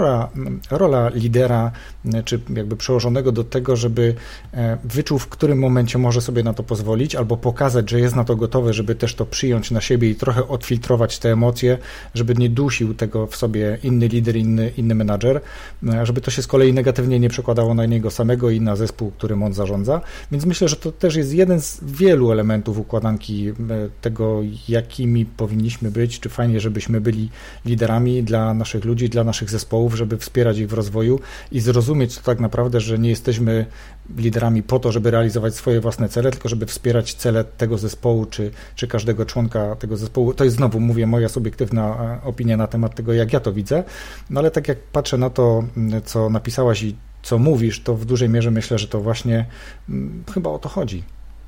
rola lidera, czy jakby przełożonego do tego, żeby wyczuł, w którym momencie może sobie na to pozwolić, albo pokazać, że jest na to gotowy, żeby też to przyjąć na siebie i trochę odfiltrować te emocje, żeby nie dusił tego w sobie inny lider, inny menadżer, żeby to się z kolei negatywnie nie przekładało na niego samego i na zespół, którym on zarządza. Więc myślę, że to też jest jeden z wielu elementów układanki tego, jakimi powinniśmy być, czy fajnie, żebyśmy byli liderami dla naszych ludzi, dla naszych zespołów, żeby wspierać ich w rozwoju i zrozumieć to tak naprawdę, że nie jesteśmy liderami po to, żeby realizować swoje własne cele, tylko żeby wspierać cele tego zespołu, czy każdego członka tego zespołu. To jest znowu, mówię, moja subiektywna opinia na temat tego, jak ja to widzę, no ale tak jak patrzę na to, co napisałaś i co mówisz, to w dużej mierze myślę, że to właśnie chyba o to chodzi.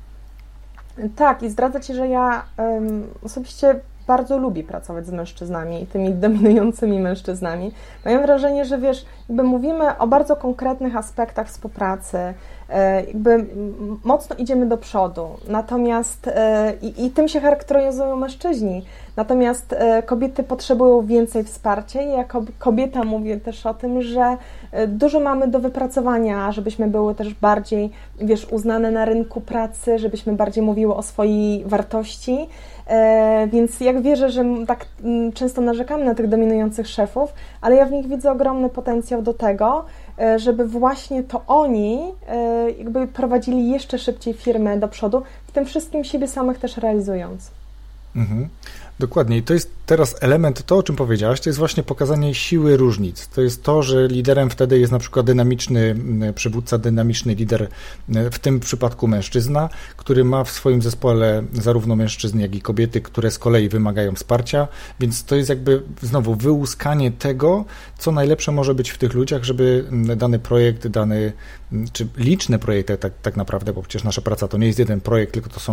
Tak, i zdradzę Ci, że ja osobiście bardzo lubię pracować z mężczyznami i tymi dominującymi mężczyznami. Mam wrażenie, że wiesz, jakby mówimy o bardzo konkretnych aspektach współpracy, jakby mocno idziemy do przodu, natomiast i tym się charakteryzują mężczyźni, natomiast kobiety potrzebują więcej wsparcia i jako kobieta mówię też o tym, że dużo mamy do wypracowania, żebyśmy były też bardziej, wiesz, uznane na rynku pracy, żebyśmy bardziej mówiły o swojej wartości, więc jak wierzę, że tak często narzekamy na tych dominujących szefów, ale ja w nich widzę ogromny potencjał do tego, żeby właśnie to oni jakby prowadzili jeszcze szybciej firmę do przodu, w tym wszystkim siebie samych też realizując. Mhm. Dokładnie. I to jest teraz element, to o czym powiedziałaś, to jest właśnie pokazanie siły różnic. To jest to, że liderem wtedy jest na przykład dynamiczny przywódca, dynamiczny lider, w tym przypadku mężczyzna, który ma w swoim zespole zarówno mężczyzn, jak i kobiety, które z kolei wymagają wsparcia, więc to jest jakby znowu wyłuskanie tego, co najlepsze może być w tych ludziach, żeby dany projekt, czy liczne projekty tak naprawdę, bo przecież nasza praca to nie jest jeden projekt, tylko to są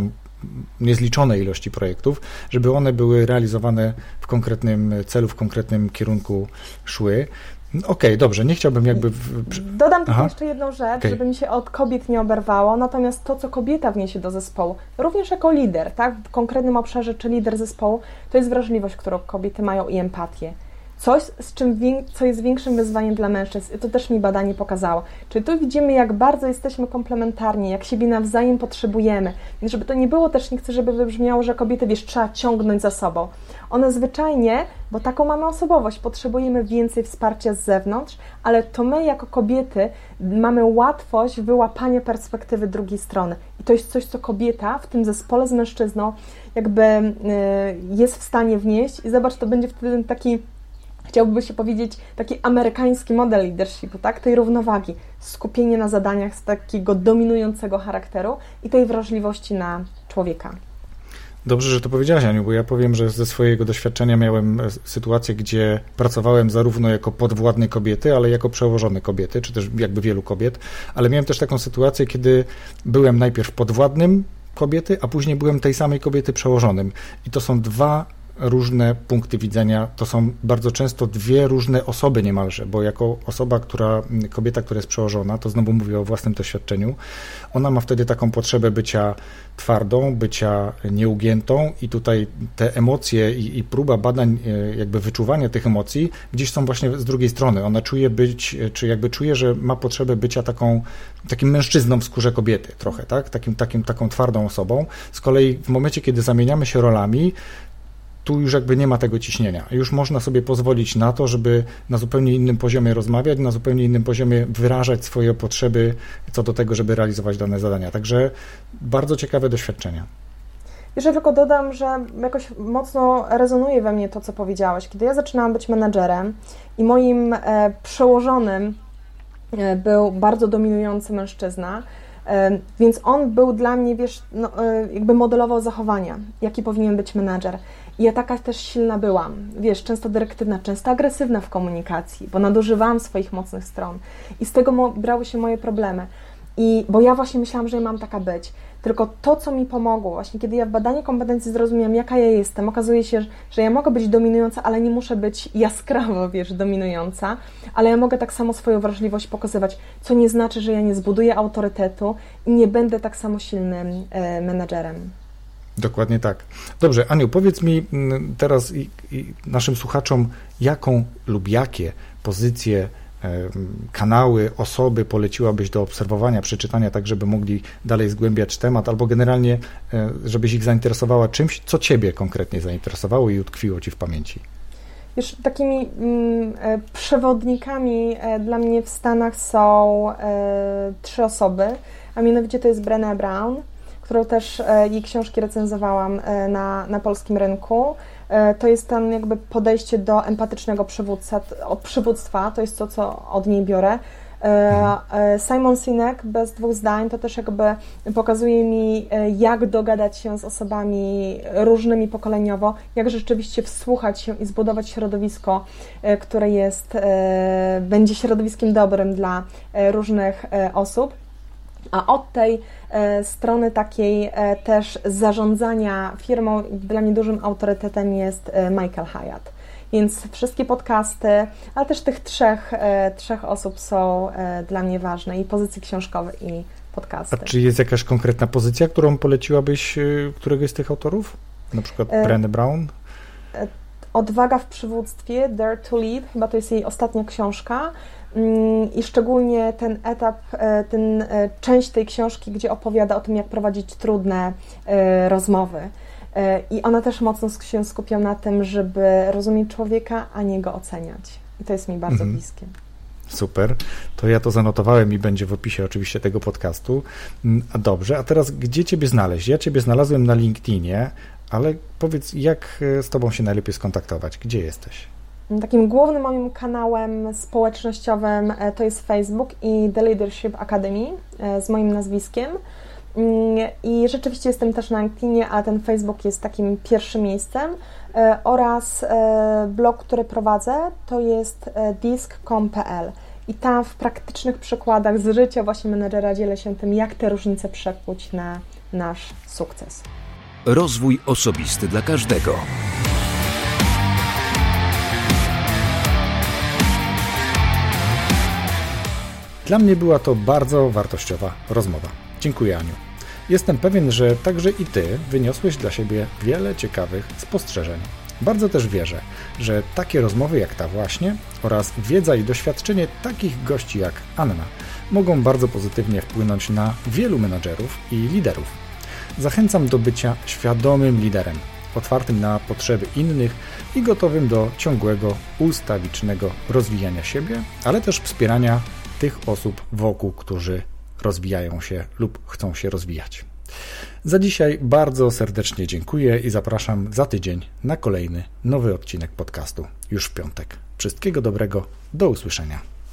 niezliczone ilości projektów, żeby one były realizowane w konkretnym celu, w konkretnym kierunku szły. Okej, dobrze, nie chciałbym jakby... Dodam tylko jeszcze jedną rzecz, żeby mi się od kobiet nie oberwało, natomiast to, co kobieta wniesie do zespołu, również jako lider, tak, w konkretnym obszarze, czy lider zespołu, to jest wrażliwość, którą kobiety mają i empatię. Coś, co jest większym wyzwaniem dla mężczyzn. I to też mi badanie pokazało. Czyli tu widzimy, jak bardzo jesteśmy komplementarni, jak siebie nawzajem potrzebujemy. Więc żeby to nie było też, nie chcę, żeby wybrzmiało, że kobiety, trzeba ciągnąć za sobą. One zwyczajnie, bo taką mamy osobowość, potrzebujemy więcej wsparcia z zewnątrz, ale to my jako kobiety mamy łatwość wyłapania perspektywy drugiej strony. I to jest coś, co kobieta w tym zespole z mężczyzną jakby jest w stanie wnieść. I zobacz, to będzie wtedy taki... Chciałby się powiedzieć, taki amerykański model leadershipu, tak? Tej równowagi, skupienie na zadaniach z takiego dominującego charakteru i tej wrażliwości na człowieka. Dobrze, że to powiedziałaś, Aniu, bo ja powiem, że ze swojego doświadczenia miałem sytuację, gdzie pracowałem zarówno jako podwładny kobiety, ale jako przełożony kobiety, czy też jakby wielu kobiet, ale miałem też taką sytuację, kiedy byłem najpierw podwładnym kobiety, a później byłem tej samej kobiety przełożonym. I to są dwa różne punkty widzenia, to są bardzo często dwie różne osoby niemalże, bo jako kobieta, która jest przełożona, to znowu mówię o własnym doświadczeniu, ona ma wtedy taką potrzebę bycia twardą, bycia nieugiętą i tutaj te emocje i próba badań, jakby wyczuwania tych emocji gdzieś są właśnie z drugiej strony. Ona czuje, że ma potrzebę bycia takim mężczyzną w skórze kobiety trochę, tak? Taką twardą osobą. Z kolei w momencie, kiedy zamieniamy się rolami, tu już jakby nie ma tego ciśnienia. Już można sobie pozwolić na to, żeby na zupełnie innym poziomie rozmawiać, na zupełnie innym poziomie wyrażać swoje potrzeby co do tego, żeby realizować dane zadania. Także bardzo ciekawe doświadczenia. Jeszcze tylko dodam, że jakoś mocno rezonuje we mnie to, co powiedziałeś. Kiedy ja zaczynałam być menadżerem i moim przełożonym był bardzo dominujący mężczyzna, więc on był dla mnie, jakby modelował zachowania, jaki powinien być menadżer. I ja taka też silna byłam, często dyrektywna, często agresywna w komunikacji, bo nadużywałam swoich mocnych stron i z tego brały się moje problemy. Bo ja właśnie myślałam, że ja mam taka być. Tylko to, co mi pomogło, właśnie kiedy ja w badaniu kompetencji zrozumiałam, jaka ja jestem, okazuje się, że ja mogę być dominująca, ale nie muszę być jaskrawo, dominująca, ale ja mogę tak samo swoją wrażliwość pokazywać, co nie znaczy, że ja nie zbuduję autorytetu i nie będę tak samo silnym menadżerem. Dokładnie tak. Dobrze, Aniu, powiedz mi teraz i naszym słuchaczom, jaką lub jakie pozycje, kanały, osoby poleciłabyś do obserwowania, przeczytania, tak żeby mogli dalej zgłębiać temat, albo generalnie, żebyś ich zainteresowała czymś, co Ciebie konkretnie zainteresowało i utkwiło Ci w pamięci. Takimi przewodnikami dla mnie w Stanach są 3 osoby, a mianowicie to jest Brené Brown, którą też jej książki recenzowałam na polskim rynku. To jest tam jakby podejście do empatycznego przywództwa, to jest to, co od niej biorę. Simon Sinek, bez 2 zdań, to też jakby pokazuje mi, jak dogadać się z osobami różnymi pokoleniowo, jak rzeczywiście wsłuchać się i zbudować środowisko, które będzie środowiskiem dobrym dla różnych osób. A od tej strony takiej też zarządzania firmą dla mnie dużym autorytetem jest Michael Hyatt. Więc wszystkie podcasty, ale też tych trzech osób są dla mnie ważne, i pozycje książkowe, i podcasty. A czy jest jakaś konkretna pozycja, którą poleciłabyś któregoś z tych autorów? Na przykład Brené Brown? Odwaga w przywództwie, Dare to Lead, chyba to jest jej ostatnia książka. I szczególnie ten etap, część tej książki, gdzie opowiada o tym, jak prowadzić trudne rozmowy. I ona też mocno się skupia na tym, żeby rozumieć człowieka, a nie go oceniać. I to jest mi bardzo bliskie. Super. To ja to zanotowałem i będzie w opisie oczywiście tego podcastu. Dobrze, a teraz gdzie Ciebie znaleźć? Ja Ciebie znalazłem na LinkedInie, ale powiedz, jak z Tobą się najlepiej skontaktować? Gdzie jesteś? Takim głównym moim kanałem społecznościowym to jest Facebook i The Leadership Academy z moim nazwiskiem. I rzeczywiście jestem też na LinkedInie, a ten Facebook jest takim pierwszym miejscem. Oraz blog, który prowadzę, to jest disc.com.pl. I tam w praktycznych przykładach z życia właśnie menedżera dzielę się tym, jak te różnice przekuć na nasz sukces. Rozwój osobisty dla każdego. Dla mnie była to bardzo wartościowa rozmowa. Dziękuję, Aniu. Jestem pewien, że także i Ty wyniosłeś dla siebie wiele ciekawych spostrzeżeń. Bardzo też wierzę, że takie rozmowy jak ta właśnie oraz wiedza i doświadczenie takich gości jak Anna mogą bardzo pozytywnie wpłynąć na wielu menadżerów i liderów. Zachęcam do bycia świadomym liderem, otwartym na potrzeby innych i gotowym do ciągłego, ustawicznego rozwijania siebie, ale też wspierania tych osób wokół, którzy rozwijają się lub chcą się rozwijać. Za dzisiaj bardzo serdecznie dziękuję i zapraszam za tydzień na kolejny nowy odcinek podcastu już w piątek. Wszystkiego dobrego, do usłyszenia.